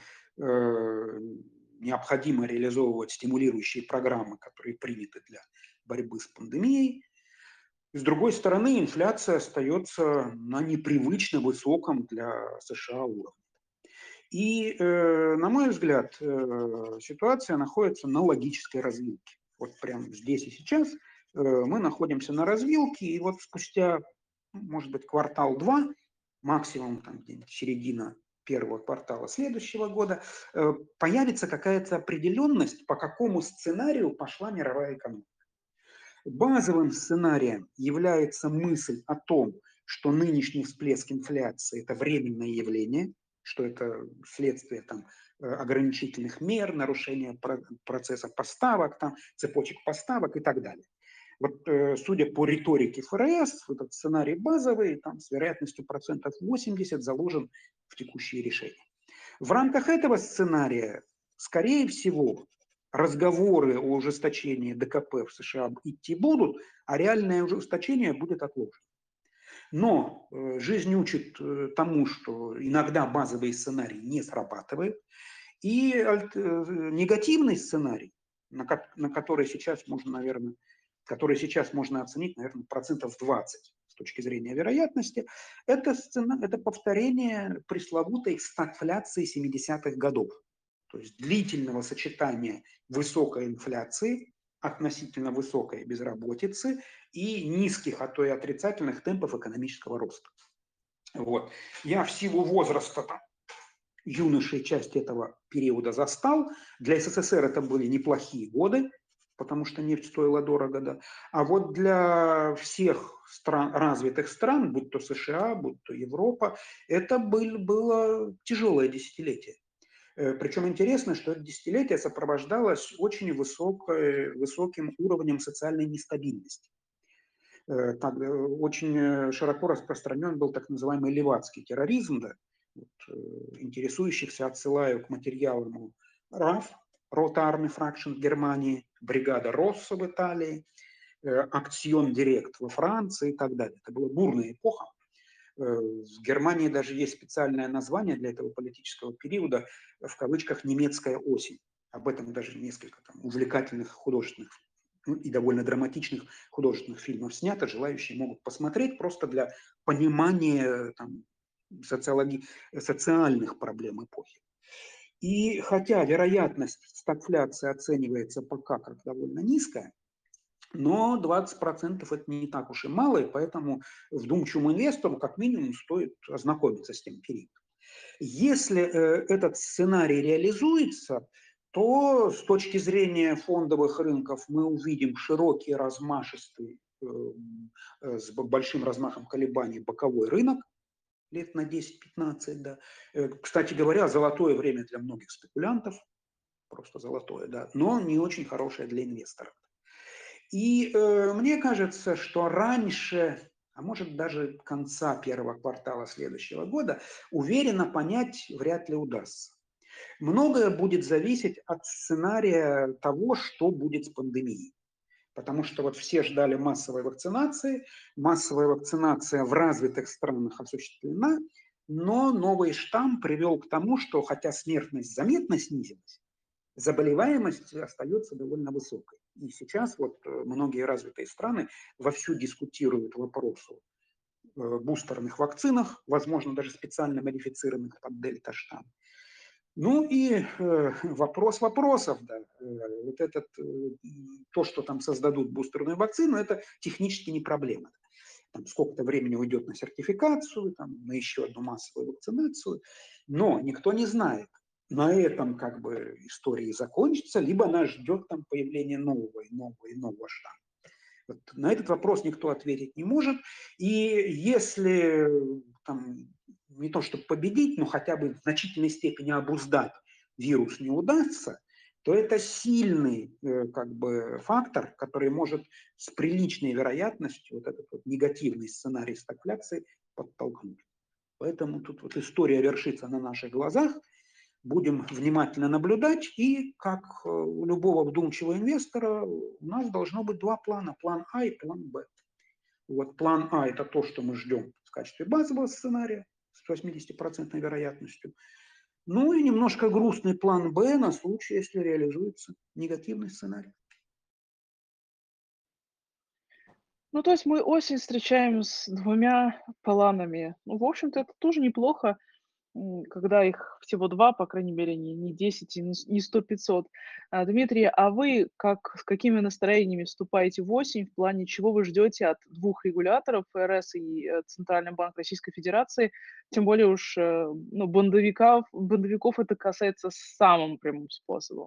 необходимо реализовывать стимулирующие программы, которые приняты для борьбы с пандемией. С другой стороны, инфляция остается на непривычно высоком для США уровне. И, на мой взгляд, ситуация находится на логической развилке. Вот прямо здесь и сейчас мы находимся на развилке, и вот спустя, может быть, квартал-два, максимум там где-нибудь середина первого квартала следующего года, появится какая-то определенность, по какому сценарию пошла мировая экономика. Базовым сценарием является мысль о том, что нынешний всплеск инфляции – это временное явление, что это следствие ограничительных мер, нарушения процесса поставок, цепочек поставок и так далее. Вот, судя по риторике ФРС, этот сценарий базовый, с вероятностью 80% заложен в текущие решения. В рамках этого сценария, скорее всего, разговоры о ужесточении ДКП в США идти будут, а реальное ужесточение будет отложено. Но жизнь учит тому, что иногда базовый сценарий не срабатывает, и негативный сценарий, на который сейчас можно, наверное, который сейчас можно оценить, наверное, 20% с точки зрения вероятности, это повторение пресловутой стагфляции 70-х годов. То есть длительного сочетания высокой инфляции, относительно высокой безработицы и низких, а то и отрицательных темпов экономического роста. Вот. Я в силу возраста юношей часть этого периода застал. Для СССР это были неплохие годы, потому что нефть стоила дорого, да. А вот для всех развитых стран, будь то США, будь то Европа, это было тяжелое десятилетие. Причем интересно, что это десятилетие сопровождалось очень высоким уровнем социальной нестабильности. Очень широко распространен был так называемый левацкий терроризм, да, интересующихся отсылаю к материалам РАФ, Рота Арми Фракшн в Германии, бригада Россо в Италии, Акцион Директ во Франции и так далее. Это была бурная эпоха. В Германии даже есть специальное название для этого политического периода, в кавычках «немецкая осень». Об этом даже несколько увлекательных художественных и довольно драматичных художественных фильмов снято. Желающие могут посмотреть просто для понимания социальных проблем эпохи. И хотя вероятность стагфляции оценивается пока как довольно низкая, но 20% это не так уж и мало, и поэтому вдумчивому инвестору как минимум стоит ознакомиться с тем периодом. Если этот сценарий реализуется, то с точки зрения фондовых рынков мы увидим широкий, размашистый, с большим размахом колебаний боковой рынок, лет на 10-15, да. Кстати говоря, золотое время для многих спекулянтов, просто золотое, да, но не очень хорошее для инвесторов. И мне кажется, что раньше, а может даже конца первого квартала следующего года, уверенно понять вряд ли удастся. Многое будет зависеть от сценария того, что будет с пандемией. Потому что вот все ждали массовой вакцинация в развитых странах осуществлена, но новый штамм привел к тому, что хотя смертность заметно снизилась, заболеваемость остается довольно высокой. И сейчас вот многие развитые страны вовсю дискутируют вопрос о бустерных вакцинах, возможно, даже специально модифицированных под дельта-штамм. Ну и вопрос вопросов, да. Вот то, что там создадут бустерную вакцину, это технически не проблема. Там сколько-то времени уйдет на сертификацию, там, на еще одну массовую вакцинацию, но никто не знает, на этом как бы истории закончится, либо нас ждет там появление нового штамма. Вот на этот вопрос никто ответить не может. И если там, не то чтобы победить, но хотя бы в значительной степени обуздать вирус не удастся, то это сильный как бы фактор, который может с приличной вероятностью вот этот вот негативный сценарий стагфляции подтолкнуть. Поэтому тут вот история вершится на наших глазах. Будем внимательно наблюдать, и, как у любого вдумчивого инвестора, у нас должно быть два плана. План А и план Б. Вот план А – это то, что мы ждем в качестве базового сценария с 80% вероятностью. Ну и немножко грустный план Б на случай, если реализуется негативный сценарий. Ну, то есть мы осень встречаем с двумя планами. Ну, в общем-то, это тоже неплохо, когда их всего два, по крайней мере, не 10 и не 100-500. Дмитрий, а вы с какими настроениями вступаете в осень? В плане чего вы ждете от двух регуляторов, ФРС и Центральный банк Российской Федерации? Тем более уж бандовиков это касается самым прямым способом.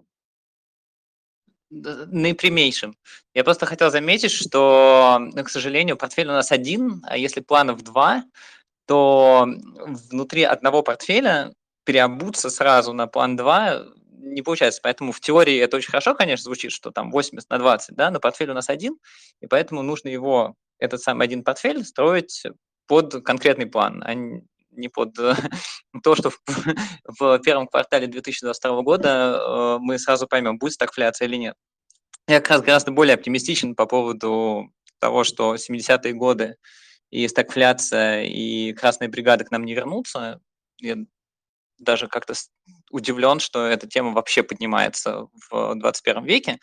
Наипрямейшим. Я просто хотел заметить, что, к сожалению, портфель у нас один, а если планов два, то внутри одного портфеля переобуться сразу на план 2 не получается. Поэтому в теории это очень хорошо, конечно, звучит, что там 80/20, да, но портфель у нас один, и поэтому нужно этот самый один портфель строить под конкретный план, а не под то, что в первом квартале 2022 года мы сразу поймем, будет стагфляция или нет. Я как раз гораздо более оптимистичен по поводу того, что 70-е годы и стагфляция, и красные бригады к нам не вернутся. Я даже как-то удивлен, что эта тема вообще поднимается в 21 веке.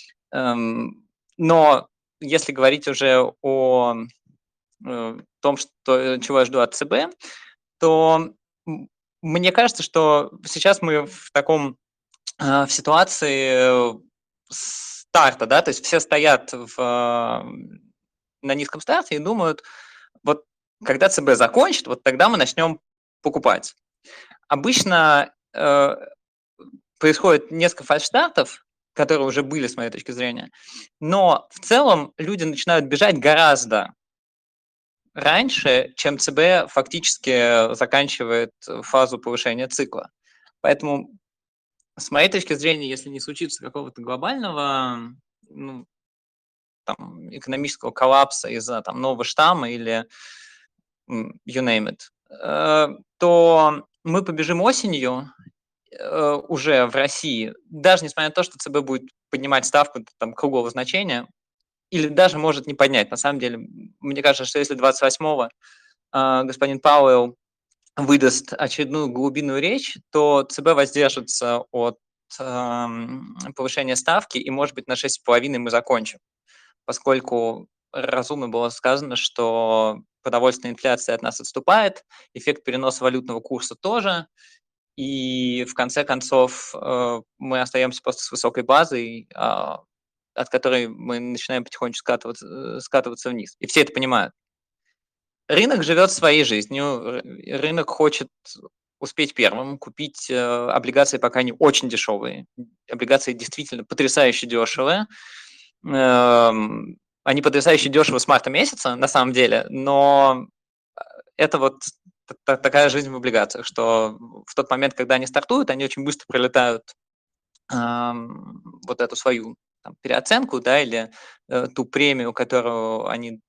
Но если говорить уже о том, чего я жду от ЦБ, то мне кажется, что сейчас мы в ситуации старта, да, то есть все стоят на низком старте и думают, вот когда ЦБ закончит, вот тогда мы начнем покупать. Обычно происходит несколько фальшстартов, которые уже были, с моей точки зрения, но в целом люди начинают бежать гораздо раньше, чем ЦБ фактически заканчивает фазу повышения цикла. Поэтому, с моей точки зрения, если не случится какого-то глобального экономического коллапса из-за нового штамма или you name it, то мы побежим осенью уже в России, даже несмотря на то, что ЦБ будет поднимать ставку круглого значения, или даже может не поднять. На самом деле, мне кажется, что если 28-го господин Пауэлл выдаст очередную глубинную речь, то ЦБ воздержится от повышения ставки, и, может быть, на 6,5 мы закончим, поскольку разумно было сказано, что продовольственная инфляция от нас отступает, эффект переноса валютного курса тоже, и в конце концов мы остаемся просто с высокой базой, от которой мы начинаем потихонечку скатываться вниз. И все это понимают. Рынок живет своей жизнью, рынок хочет успеть первым, купить облигации, пока они очень дешевые. Облигации действительно потрясающе дешевые. Они потрясающе дешевы с марта месяца, на самом деле, но это вот такая жизнь в облигациях, что в тот момент, когда они стартуют, они очень быстро пролетают вот эту свою переоценку, да, или ту премию, которую они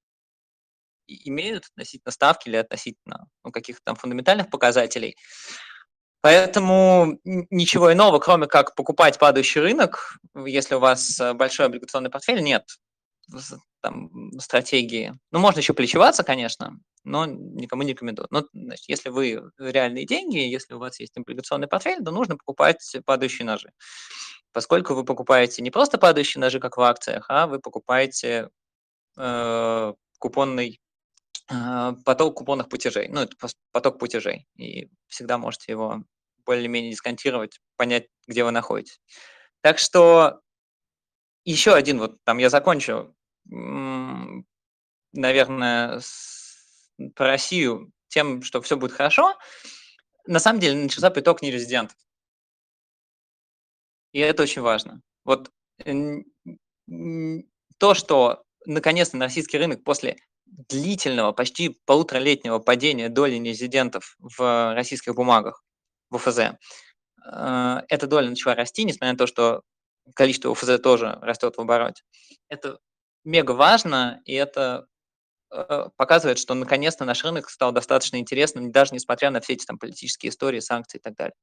имеют относительно ставки или относительно каких-то фундаментальных показателей. Поэтому ничего иного, кроме как покупать падающий рынок, если у вас большой облигационный портфель, нет стратегии. Можно еще плечеваться, конечно, но никому не рекомендую. Но, значит, если вы реальные деньги, если у вас есть облигационный портфель, то нужно покупать падающие ножи. Поскольку вы покупаете не просто падающие ножи, как в акциях, а вы покупаете купонный поток купонных платежей. Это поток платежей. И всегда можете его более-менее дисконтировать, понять, где вы находитесь. Так что еще один, я закончу, наверное, про Россию тем, что все будет хорошо. На самом деле начался приток нерезидентов. И это очень важно. То, что наконец-то на российский рынок после длительного, почти полуторалетнего падения доли нерезидентов в российских бумагах, в ОФЗ, эта доля начала расти, несмотря на то, что количество ОФЗ тоже растет в обороте. Это мега важно, и это показывает, что наконец-то наш рынок стал достаточно интересным, даже несмотря на все эти политические истории, санкции и так далее.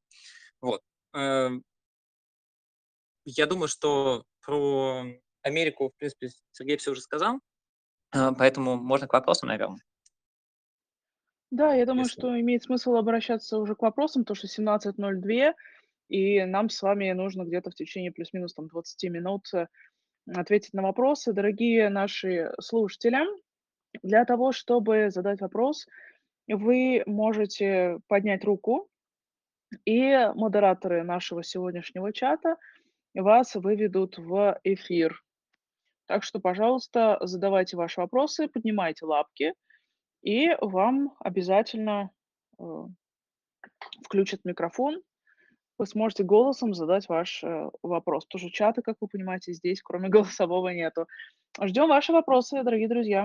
Я думаю, что про Америку, в принципе, Сергей все уже сказал, поэтому можно к вопросам, наверное. Да, я думаю, Если... что имеет смысл обращаться уже к вопросам, потому что 17:02, и нам с вами нужно где-то в течение плюс-минус 20 минут ответить на вопросы. Дорогие наши слушатели, для того, чтобы задать вопрос, вы можете поднять руку, и модераторы нашего сегодняшнего чата вас выведут в эфир. Так что, пожалуйста, задавайте ваши вопросы, поднимайте лапки, и вам обязательно включат микрофон. Вы сможете голосом задать ваш вопрос. Тоже чата, как вы понимаете, здесь кроме голосового нету. Ждем ваши вопросы, дорогие друзья.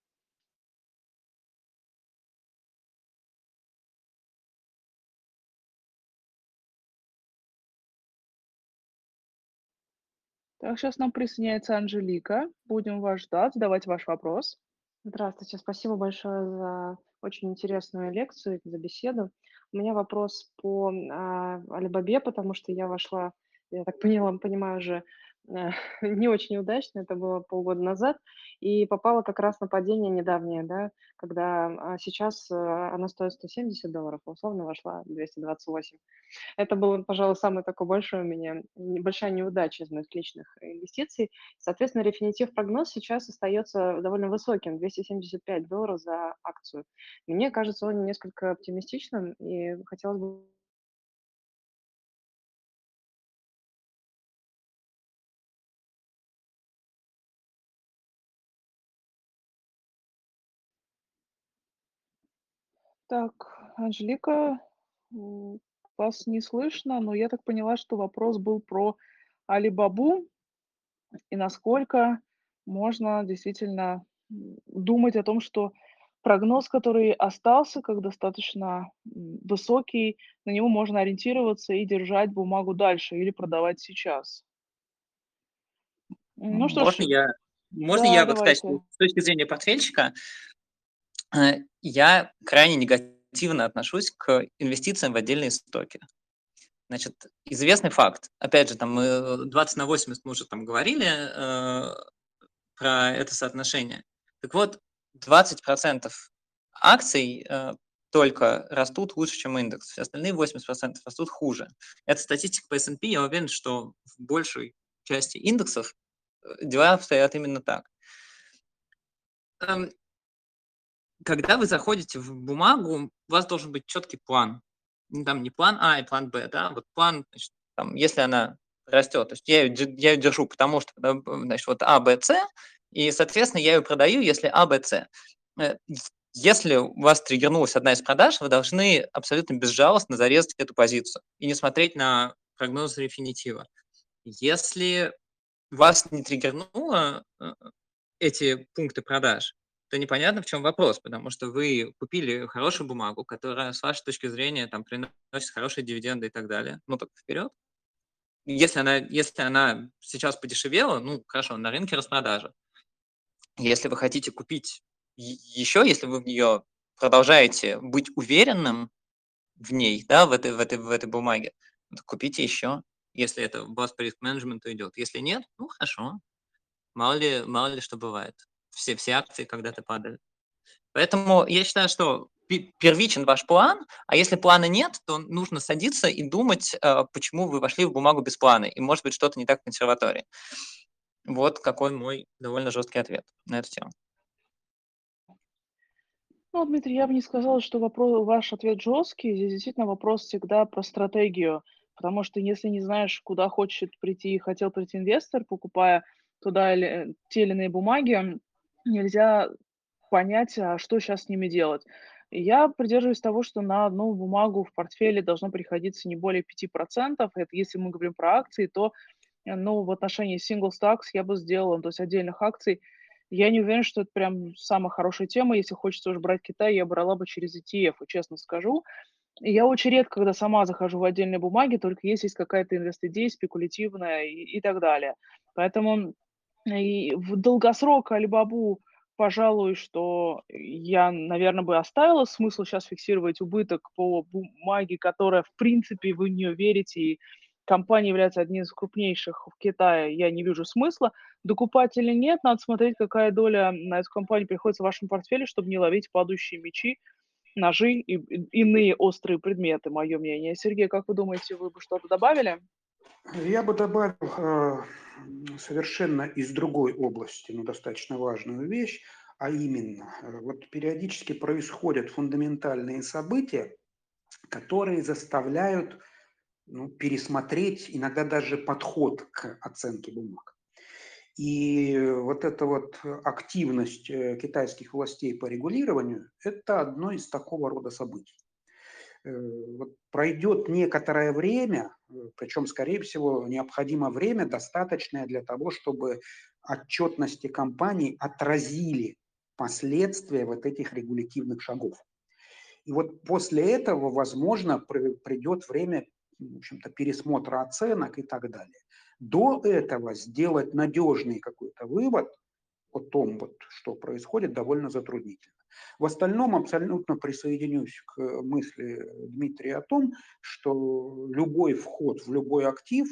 Так, сейчас нам присоединяется Анжелика. Будем вас ждать. Задавайте ваш вопрос. Здравствуйте, спасибо большое за очень интересную лекцию, за беседу. У меня вопрос по Алибабе, потому что я вошла, я так понимаю, уже не очень удачно, это было полгода назад, и попала как раз на падение недавнее, да, когда сейчас она стоит $170, а условно вошла 228. Это было, пожалуй, самый такой большой у меня небольшая неудача из моих личных инвестиций. Соответственно, рефинитив прогноз сейчас остается довольно высоким, $275 за акцию. Мне кажется, он несколько оптимистичным, и хотелось бы. Так, Анжелика, вас не слышно, но я так поняла, что вопрос был про Алибабу и насколько можно действительно думать о том, что прогноз, который остался как достаточно высокий, на него можно ориентироваться и держать бумагу дальше или продавать сейчас. Ну что Можно ж, я, можно да, я вот, кстати, давайте. с точки зрения портфельщика, я крайне негативно отношусь к инвестициям в отдельные стоки. Значит, известный факт. Опять же, там мы 20/80 мы уже там говорили про это соотношение. Так вот, 20% акций только растут лучше, чем индекс. Все остальные 80% растут хуже. Это статистика по S&P. Я уверен, что в большей части индексов дела обстоят именно так. Когда вы заходите в бумагу, у вас должен быть четкий план. Там не план А и план Б, да, вот план, значит, там, если она растет, то есть я ее держу, потому что, значит, вот А, Б, С, и, соответственно, я ее продаю, если А, Б, С. Если у вас триггернулась одна из продаж, вы должны абсолютно безжалостно зарезать эту позицию и не смотреть на прогноз Рефинитива. Если вас не триггернуло эти пункты продаж, то непонятно, в чем вопрос, потому что вы купили хорошую бумагу, которая, с вашей точки зрения, там, приносит хорошие дивиденды и так далее. Ну, так вперед. Если она сейчас подешевела, ну, хорошо, на рынке распродажа. Если вы хотите купить еще, если вы в нее продолжаете быть уверенным в ней, да, в этой бумаге, то купите еще, если это у вас по риск-менеджменту идет. Если нет, ну, хорошо. Мало ли что бывает. Все акции когда-то падали. Поэтому я считаю, что первичен ваш план, а если плана нет, то нужно садиться и думать, почему вы вошли в бумагу без плана, и может быть что-то не так в консерватории. Вот какой мой довольно жесткий ответ на эту тему. Ну, Дмитрий, я бы не сказала, что ваш ответ жесткий. Здесь действительно вопрос всегда про стратегию. Потому что если не знаешь, куда хотел прийти инвестор, покупая туда те или иные бумаги, нельзя понять, а что сейчас с ними делать. И я придерживаюсь того, что на одну бумагу в портфеле должно приходиться не более 5%. Это если мы говорим про акции, то ну, в отношении single stocks я бы сделала, то есть отдельных акций. Я не уверена, что это прям самая хорошая тема. Если хочется уже брать Китай, я брала бы через ETF, честно скажу. И я очень редко, когда сама захожу в отдельные бумаги, только если есть какая-то инвест-идея спекулятивная и так далее. Поэтому и в долгосрок Алибабу, пожалуй, что я, наверное, бы оставила смысл сейчас фиксировать убыток по бумаге, которая, в принципе, вы в нее верите, и компания является одним из крупнейших в Китае, я не вижу смысла. Докупать или нет, надо смотреть, какая доля на эту компанию приходится в вашем портфеле, чтобы не ловить падающие мячи, ножи и иные острые предметы, мое мнение. Сергей, как вы думаете, вы бы что-то добавили? Я бы добавил совершенно из другой области, но достаточно важную вещь, а именно, вот периодически происходят фундаментальные события, которые заставляют пересмотреть иногда даже подход к оценке бумаг. И вот эта вот активность китайских властей по регулированию – это одно из такого рода событий. Вот пройдет некоторое время, причем, скорее всего, необходимо время достаточное для того, чтобы отчетности компаний отразили последствия вот этих регулятивных шагов. И вот после этого, возможно, придет время, в общем-то, пересмотра оценок и так далее. До этого сделать надежный какой-то вывод о том, вот, что происходит, довольно затруднительно. В остальном абсолютно присоединюсь к мысли Дмитрия о том, что любой вход в любой актив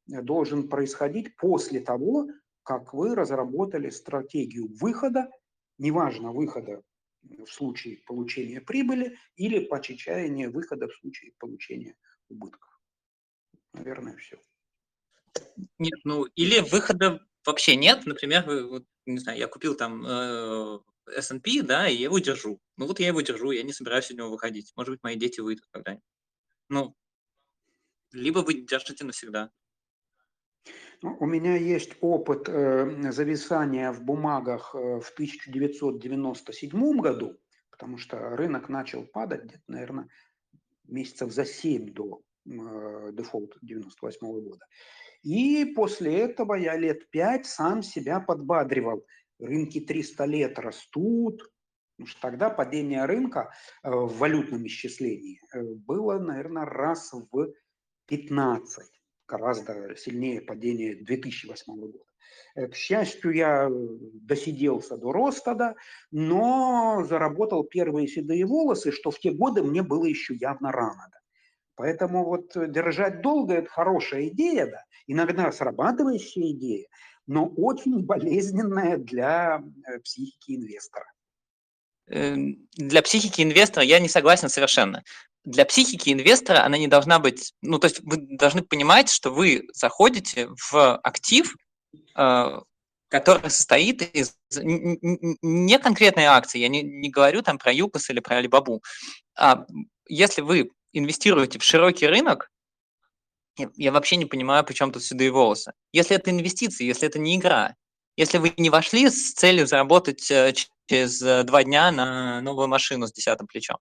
должен происходить после того, как вы разработали стратегию выхода, неважно, выхода в случае получения прибыли или почечаяния выхода в случае получения убытков. Наверное, все. Нет, ну, или выхода вообще нет. Например, вот, не знаю, я купил там S&P, да, и я его держу. Ну, вот я его держу, я не собираюсь из него выходить. Может быть, мои дети выйдут когда-нибудь. Ну, либо вы держите навсегда. У меня есть опыт зависания в бумагах в 1997 году, потому что рынок начал падать где-то, наверное, месяцев за 7 до дефолта 98 года. И после этого я лет 5 сам себя подбадривал. Рынки 300 лет растут. Потому что тогда падение рынка в валютном исчислении было, наверное, раз в 15. Гораздо сильнее падение 2008 года. К счастью, я досиделся до роста, но заработал первые седые волосы, что в те годы мне было еще явно рано. Поэтому вот держать долго – это хорошая идея, да, иногда срабатывающая идея, но очень болезненная для психики инвестора. Для психики инвестора я не согласен совершенно. Для психики инвестора она не должна быть... Ну, то есть вы должны понимать, что вы заходите в актив, который состоит из не конкретной акции, я не говорю там про ЮКОС или про Алибабу. Если вы инвестируете в широкий рынок, я вообще не понимаю, при чем тут седые волосы. Если это инвестиции, если это не игра, если вы не вошли с целью заработать через 2 дня на новую машину с 10-м плечом,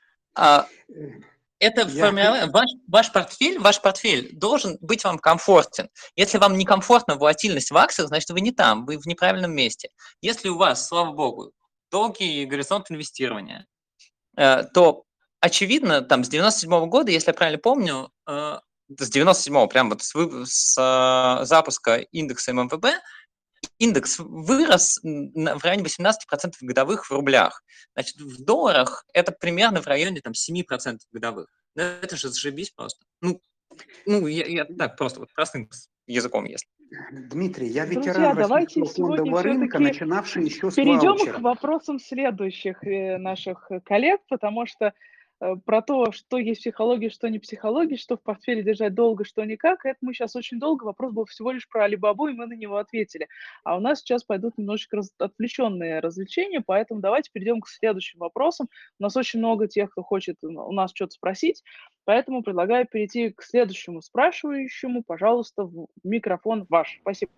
это формирование. Ваш портфель должен быть вам комфортен. Если вам некомфортна волатильность в акциях, значит, вы не там, вы в неправильном месте. Если у вас, слава богу, долгий горизонт инвестирования, то, очевидно, там с 97-го года, если я правильно помню, с 97-го, прям вот с запуска индекса ММВБ, индекс вырос в районе 18% годовых в рублях. Значит, в долларах это примерно в районе там, 7% годовых. Это же зашибись просто. Я так просто вот простым языком, если. Дмитрий, я Друзья, ветеран давайте российского сегодня фондового рынка, все-таки начинавший еще с перейдем к ваучера. вопросам следующих наших коллег, потому что про то, что есть психология, что не психология, что в портфеле держать долго, что никак, это мы сейчас очень долго. Вопрос был всего лишь про Алибабу, и мы на него ответили. А у нас сейчас пойдут немножечко отвлеченные развлечения, поэтому давайте перейдем к следующим вопросам. У нас очень много тех, кто хочет у нас что-то спросить, поэтому предлагаю перейти к следующему спрашивающему. Пожалуйста, микрофон ваш. Спасибо.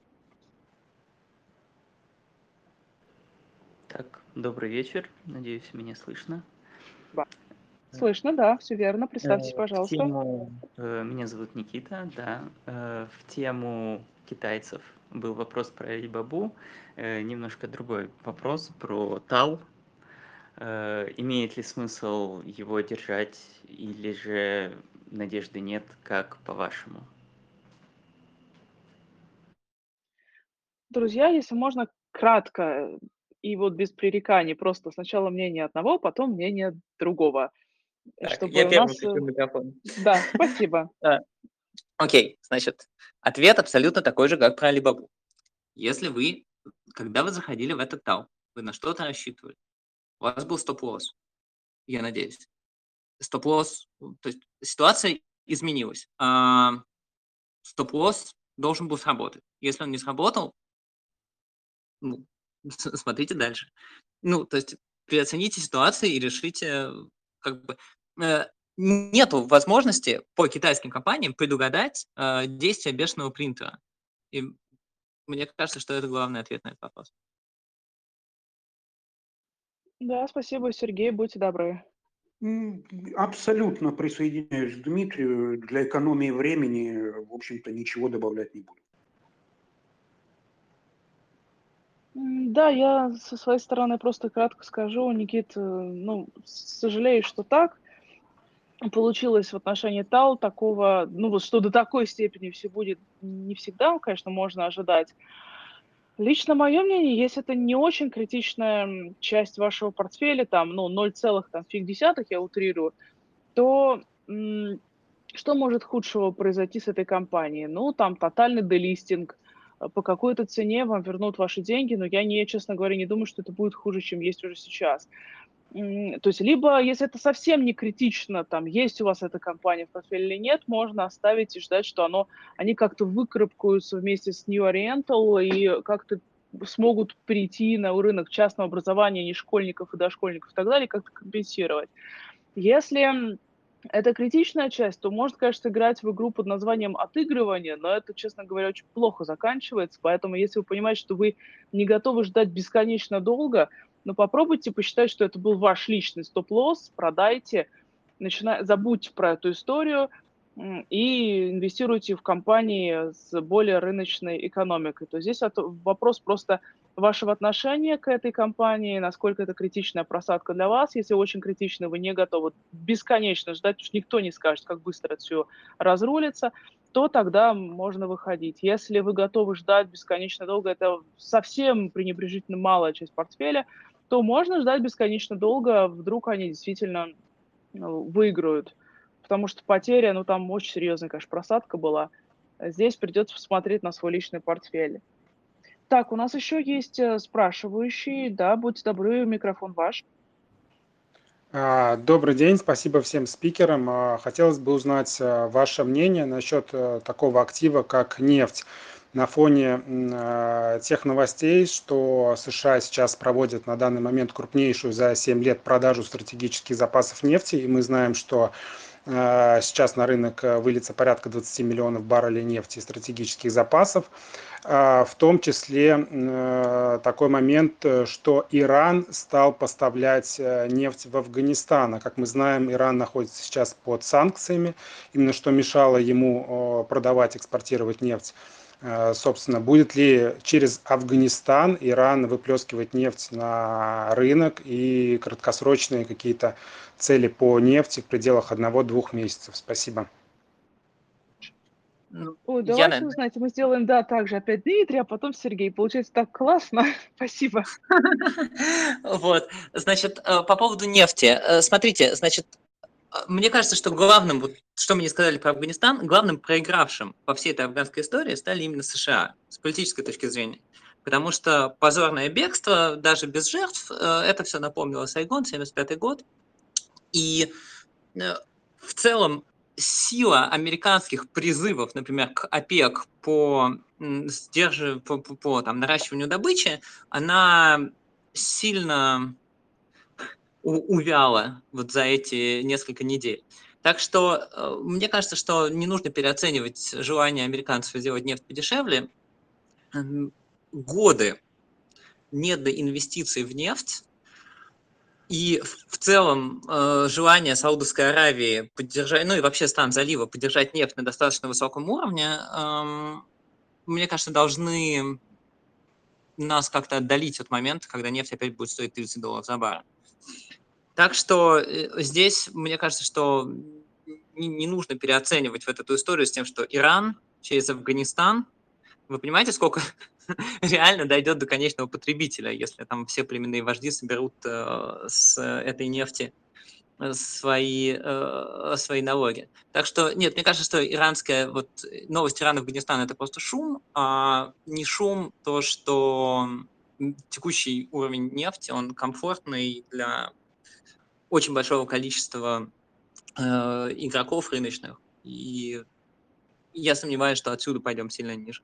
Так, добрый вечер. Надеюсь, меня слышно. Слышно, да, все верно. Представьтесь, пожалуйста. Меня зовут Никита, да. В тему китайцев был вопрос про Alibaba. Немножко другой вопрос про ТАЛ. Имеет ли смысл его держать или же надежды нет, как по-вашему? Друзья, если можно, кратко и вот без пререканий, просто сначала мнение одного, потом мнение другого. Так, Чтобы я у первым нас... включу микрофон. Да, спасибо. Окей, значит, ответ абсолютно такой же, как про Алибабу. Если вы, когда вы заходили в этот ТАУ, вы на что-то рассчитывали, у вас был стоп-лосс, я надеюсь. Стоп-лосс, то есть ситуация изменилась. Стоп-лосс должен был сработать. Если он не сработал, смотрите дальше. То есть переоцените ситуацию и решите, нету возможности по китайским компаниям предугадать действия бешеного принтера. И мне кажется, что это главный ответ на этот вопрос. Да, спасибо, Сергей, будьте добры. Абсолютно присоединяюсь к Дмитрию. Для экономии времени, в общем-то, ничего добавлять не буду. Да, я со своей стороны просто кратко скажу, Никит, сожалею, что так получилось в отношении ТАУ такого, что до такой степени все будет не всегда, конечно, можно ожидать. Лично мое мнение, если это не очень критичная часть вашего портфеля, 0, фиг десятых, я утрирую, то Что может худшего произойти с этой компанией? Ну, там тотальный делистинг, по какой-то цене вам вернут ваши деньги, но честно говоря, не думаю, что это будет хуже, чем есть уже сейчас. То есть либо, если это совсем не критично, там, есть у вас эта компания в портфеле или нет, можно оставить и ждать, что они как-то выкарабкаются вместе с New Oriental и как-то смогут перейти на рынок частного образования не школьников и дошкольников и так далее, как-то компенсировать. Если это критичная часть, то можно, конечно, играть в игру под названием «отыгрывание», но это, честно говоря, очень плохо заканчивается. Поэтому если вы понимаете, что вы не готовы ждать бесконечно долго, но попробуйте посчитать, что это был ваш личный стоп-лосс, продайте, забудьте про эту историю и инвестируйте в компании с более рыночной экономикой. То есть здесь вопрос просто вашего отношения к этой компании, насколько это критичная просадка для вас. Если очень критично, вы не готовы бесконечно ждать, потому что никто не скажет, как быстро это все разрулится, то тогда можно выходить. Если вы готовы ждать бесконечно долго, это совсем пренебрежительно малая часть портфеля, то можно ждать бесконечно долго, вдруг они действительно выиграют. Потому что потеря, там очень серьезная, конечно, просадка была. Здесь придется посмотреть на свой личный портфель. Так, у нас еще есть спрашивающий. Да, будьте добры, микрофон ваш. Добрый день, спасибо всем спикерам. Хотелось бы узнать ваше мнение насчет такого актива, как нефть. На фоне тех новостей, что США сейчас проводят на данный момент крупнейшую за 7 лет продажу стратегических запасов нефти, и мы знаем, что сейчас на рынок выльется порядка 20 миллионов баррелей нефти и стратегических запасов. В том числе такой момент, что Иран стал поставлять нефть в Афганистан. А как мы знаем, Иран находится сейчас под санкциями, именно что мешало ему продавать, экспортировать нефть. Собственно, будет ли через Афганистан Иран выплескивать нефть на рынок и краткосрочные какие-то цели по нефти в пределах 1-2 месяцев? Спасибо. Ой, Я, давайте, вы знаете, мы сделаем, так же опять Дмитрий, а потом Сергей. Получается так классно. Спасибо. Вот, значит, по поводу нефти. Смотрите, значит, мне кажется, что главным, вот, что мне сказали про Афганистан, главным проигравшим во всей этой афганской истории стали именно США с политической точки зрения. Потому что позорное бегство, даже без жертв, это все напомнило Сайгон, 1975 год. И в целом сила американских призывов, например, к ОПЕК по наращиванию добычи, она сильно увяла вот за эти несколько недель. Так что мне кажется, что не нужно переоценивать желание американцев сделать нефть подешевле. Годы недоинвестиций в нефть и в целом желание Саудовской Аравии поддержать, и вообще стран залива поддержать нефть на достаточно высоком уровне, мне кажется, должны нас как-то отдалить от момента, когда нефть опять будет стоить $30 за баррель. Так что здесь, мне кажется, что не нужно переоценивать вот эту историю с тем, что Иран через Афганистан, вы понимаете, сколько реально дойдет до конечного потребителя, если там все племенные вожди соберут с этой нефти свои налоги. Так что, нет, мне кажется, что новость Ирана-Афганистана – это просто шум, а не шум то, что текущий уровень нефти, он комфортный для очень большого количества игроков рыночных. И я сомневаюсь, что отсюда пойдем сильно ниже.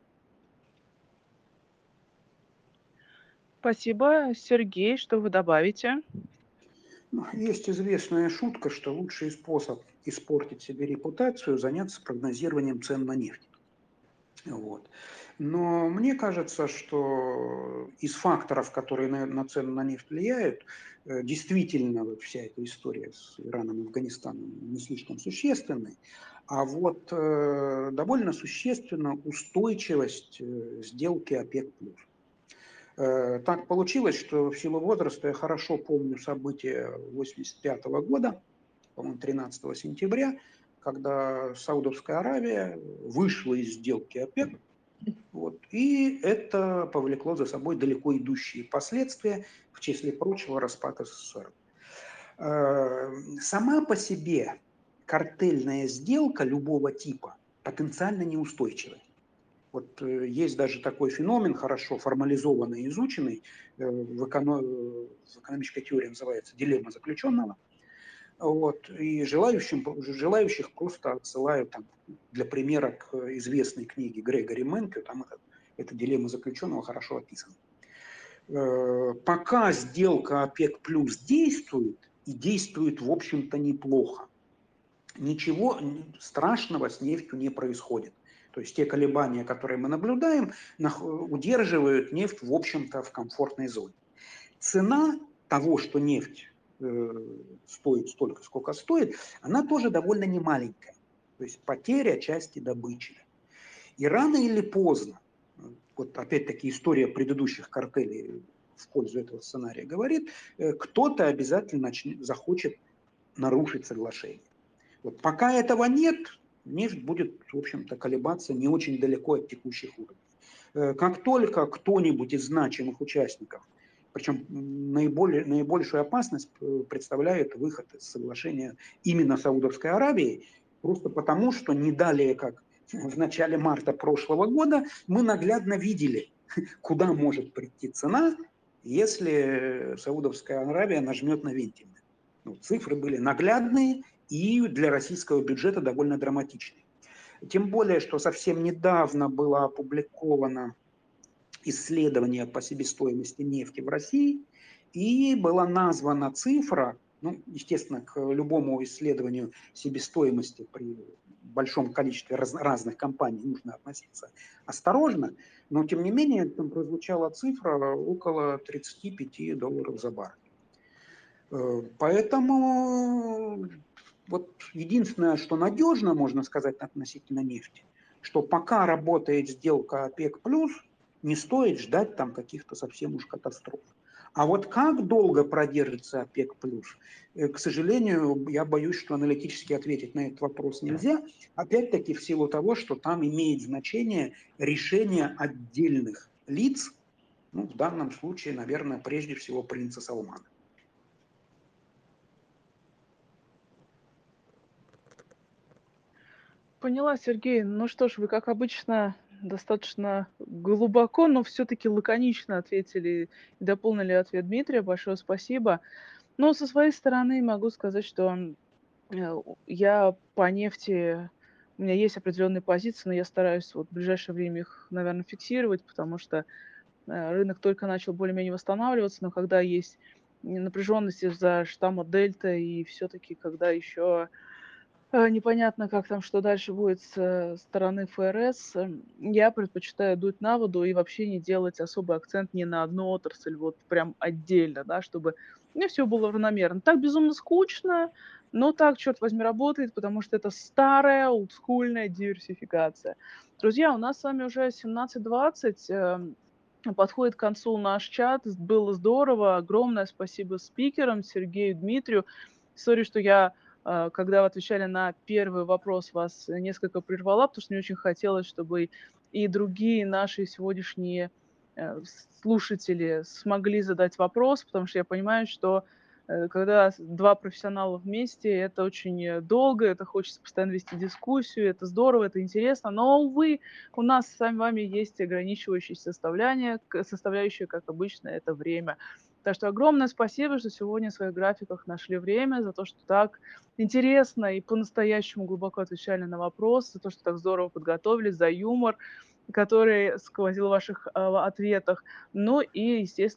Спасибо. Сергей, что вы добавите? Есть известная шутка, что лучший способ испортить себе репутацию – заняться прогнозированием цен на нефть. Вот. Но мне кажется, что из факторов, которые на цену на нефть влияют, действительно вся эта история с Ираном и Афганистаном не слишком существенной, а вот довольно существенна устойчивость сделки ОПЕК+. Так получилось, что в силу возраста я хорошо помню события 1985 года, по-моему, 13 сентября, когда Саудовская Аравия вышла из сделки ОПЕК, и это повлекло за собой далеко идущие последствия, в числе прочего распад СССР. Сама по себе картельная сделка любого типа потенциально неустойчивая. Вот есть даже такой феномен, хорошо формализованный и изученный, в экономической теории называется дилемма заключенного. Вот, и желающих просто отсылают там, для примера к известной книге Грегори Менкю, там эта дилемма заключенного хорошо описана. Пока сделка ОПЕК плюс действует, и действует, в общем-то, неплохо, ничего страшного с нефтью не происходит. То есть те колебания, которые мы наблюдаем, удерживают нефть, в общем-то, в комфортной зоне. Цена того, что нефть стоит столько, сколько стоит, она тоже довольно немаленькая. То есть потеря части добычи. И рано или поздно, вот опять-таки история предыдущих картелей в пользу этого сценария говорит, кто-то обязательно захочет нарушить соглашение. Вот пока этого нет, нефть будет, в общем-то, колебаться не очень далеко от текущих уровней. Как только кто-нибудь из значимых участников, причем наибольшую опасность представляет выход из соглашения именно Саудовской Аравии, просто потому, что не далее, как в начале марта прошлого года, мы наглядно видели, куда может прийти цена, если Саудовская Аравия нажмет на вентиль. Цифры были наглядные и для российского бюджета довольно драматичные. Тем более, что совсем недавно было опубликовано исследование по себестоимости нефти в России, и была названа цифра, естественно, к любому исследованию себестоимости при большом количестве разных компаний нужно относиться осторожно, но тем не менее там прозвучала цифра около $35 за баррель. Поэтому вот единственное, что надежно, можно сказать, относительно нефти, что пока работает сделка ОПЕК+, не стоит ждать там каких-то совсем уж катастроф. А вот как долго продержится ОПЕК+, к сожалению, я боюсь, что аналитически ответить на этот вопрос нельзя, опять-таки в силу того, что там имеет значение решение отдельных лиц, в данном случае, наверное, прежде всего принца Салмана. Поняла, Сергей. Ну что ж, вы, как обычно, достаточно глубоко, но все-таки лаконично ответили и дополнили ответ Дмитрия. Большое спасибо. Но со своей стороны могу сказать, что я по нефти, у меня есть определенные позиции, но я стараюсь вот в ближайшее время их, наверное, фиксировать, потому что рынок только начал более-менее восстанавливаться, но когда есть напряженность из-за штамма Дельта и все-таки когда еще непонятно, как там, что дальше будет с стороны ФРС. Я предпочитаю дуть на воду и вообще не делать особый акцент ни на одну отрасль, вот прям отдельно, да, чтобы мне все было равномерно. Так безумно скучно, но так, черт возьми, работает, потому что это старая, олдскульная диверсификация. Друзья, у нас с вами уже 17:20, подходит к концу наш чат. Было здорово. Огромное спасибо спикерам, Сергею, Дмитрию. Сори, что я когда вы отвечали на первый вопрос, вас несколько прервала, потому что мне очень хотелось, чтобы и другие наши сегодняшние слушатели смогли задать вопрос, потому что я понимаю, что когда два профессионала вместе, это очень долго, это хочется постоянно вести дискуссию, это здорово, это интересно, но, увы, у нас с вами есть ограничивающие составляющие, как обычно, это время. Так что огромное спасибо, что сегодня в своих графиках нашли время, за то, что так интересно и по-настоящему глубоко отвечали на вопросы, за то, что так здорово подготовились, за юмор, который сквозил в ваших ответах. Ну и, естественно,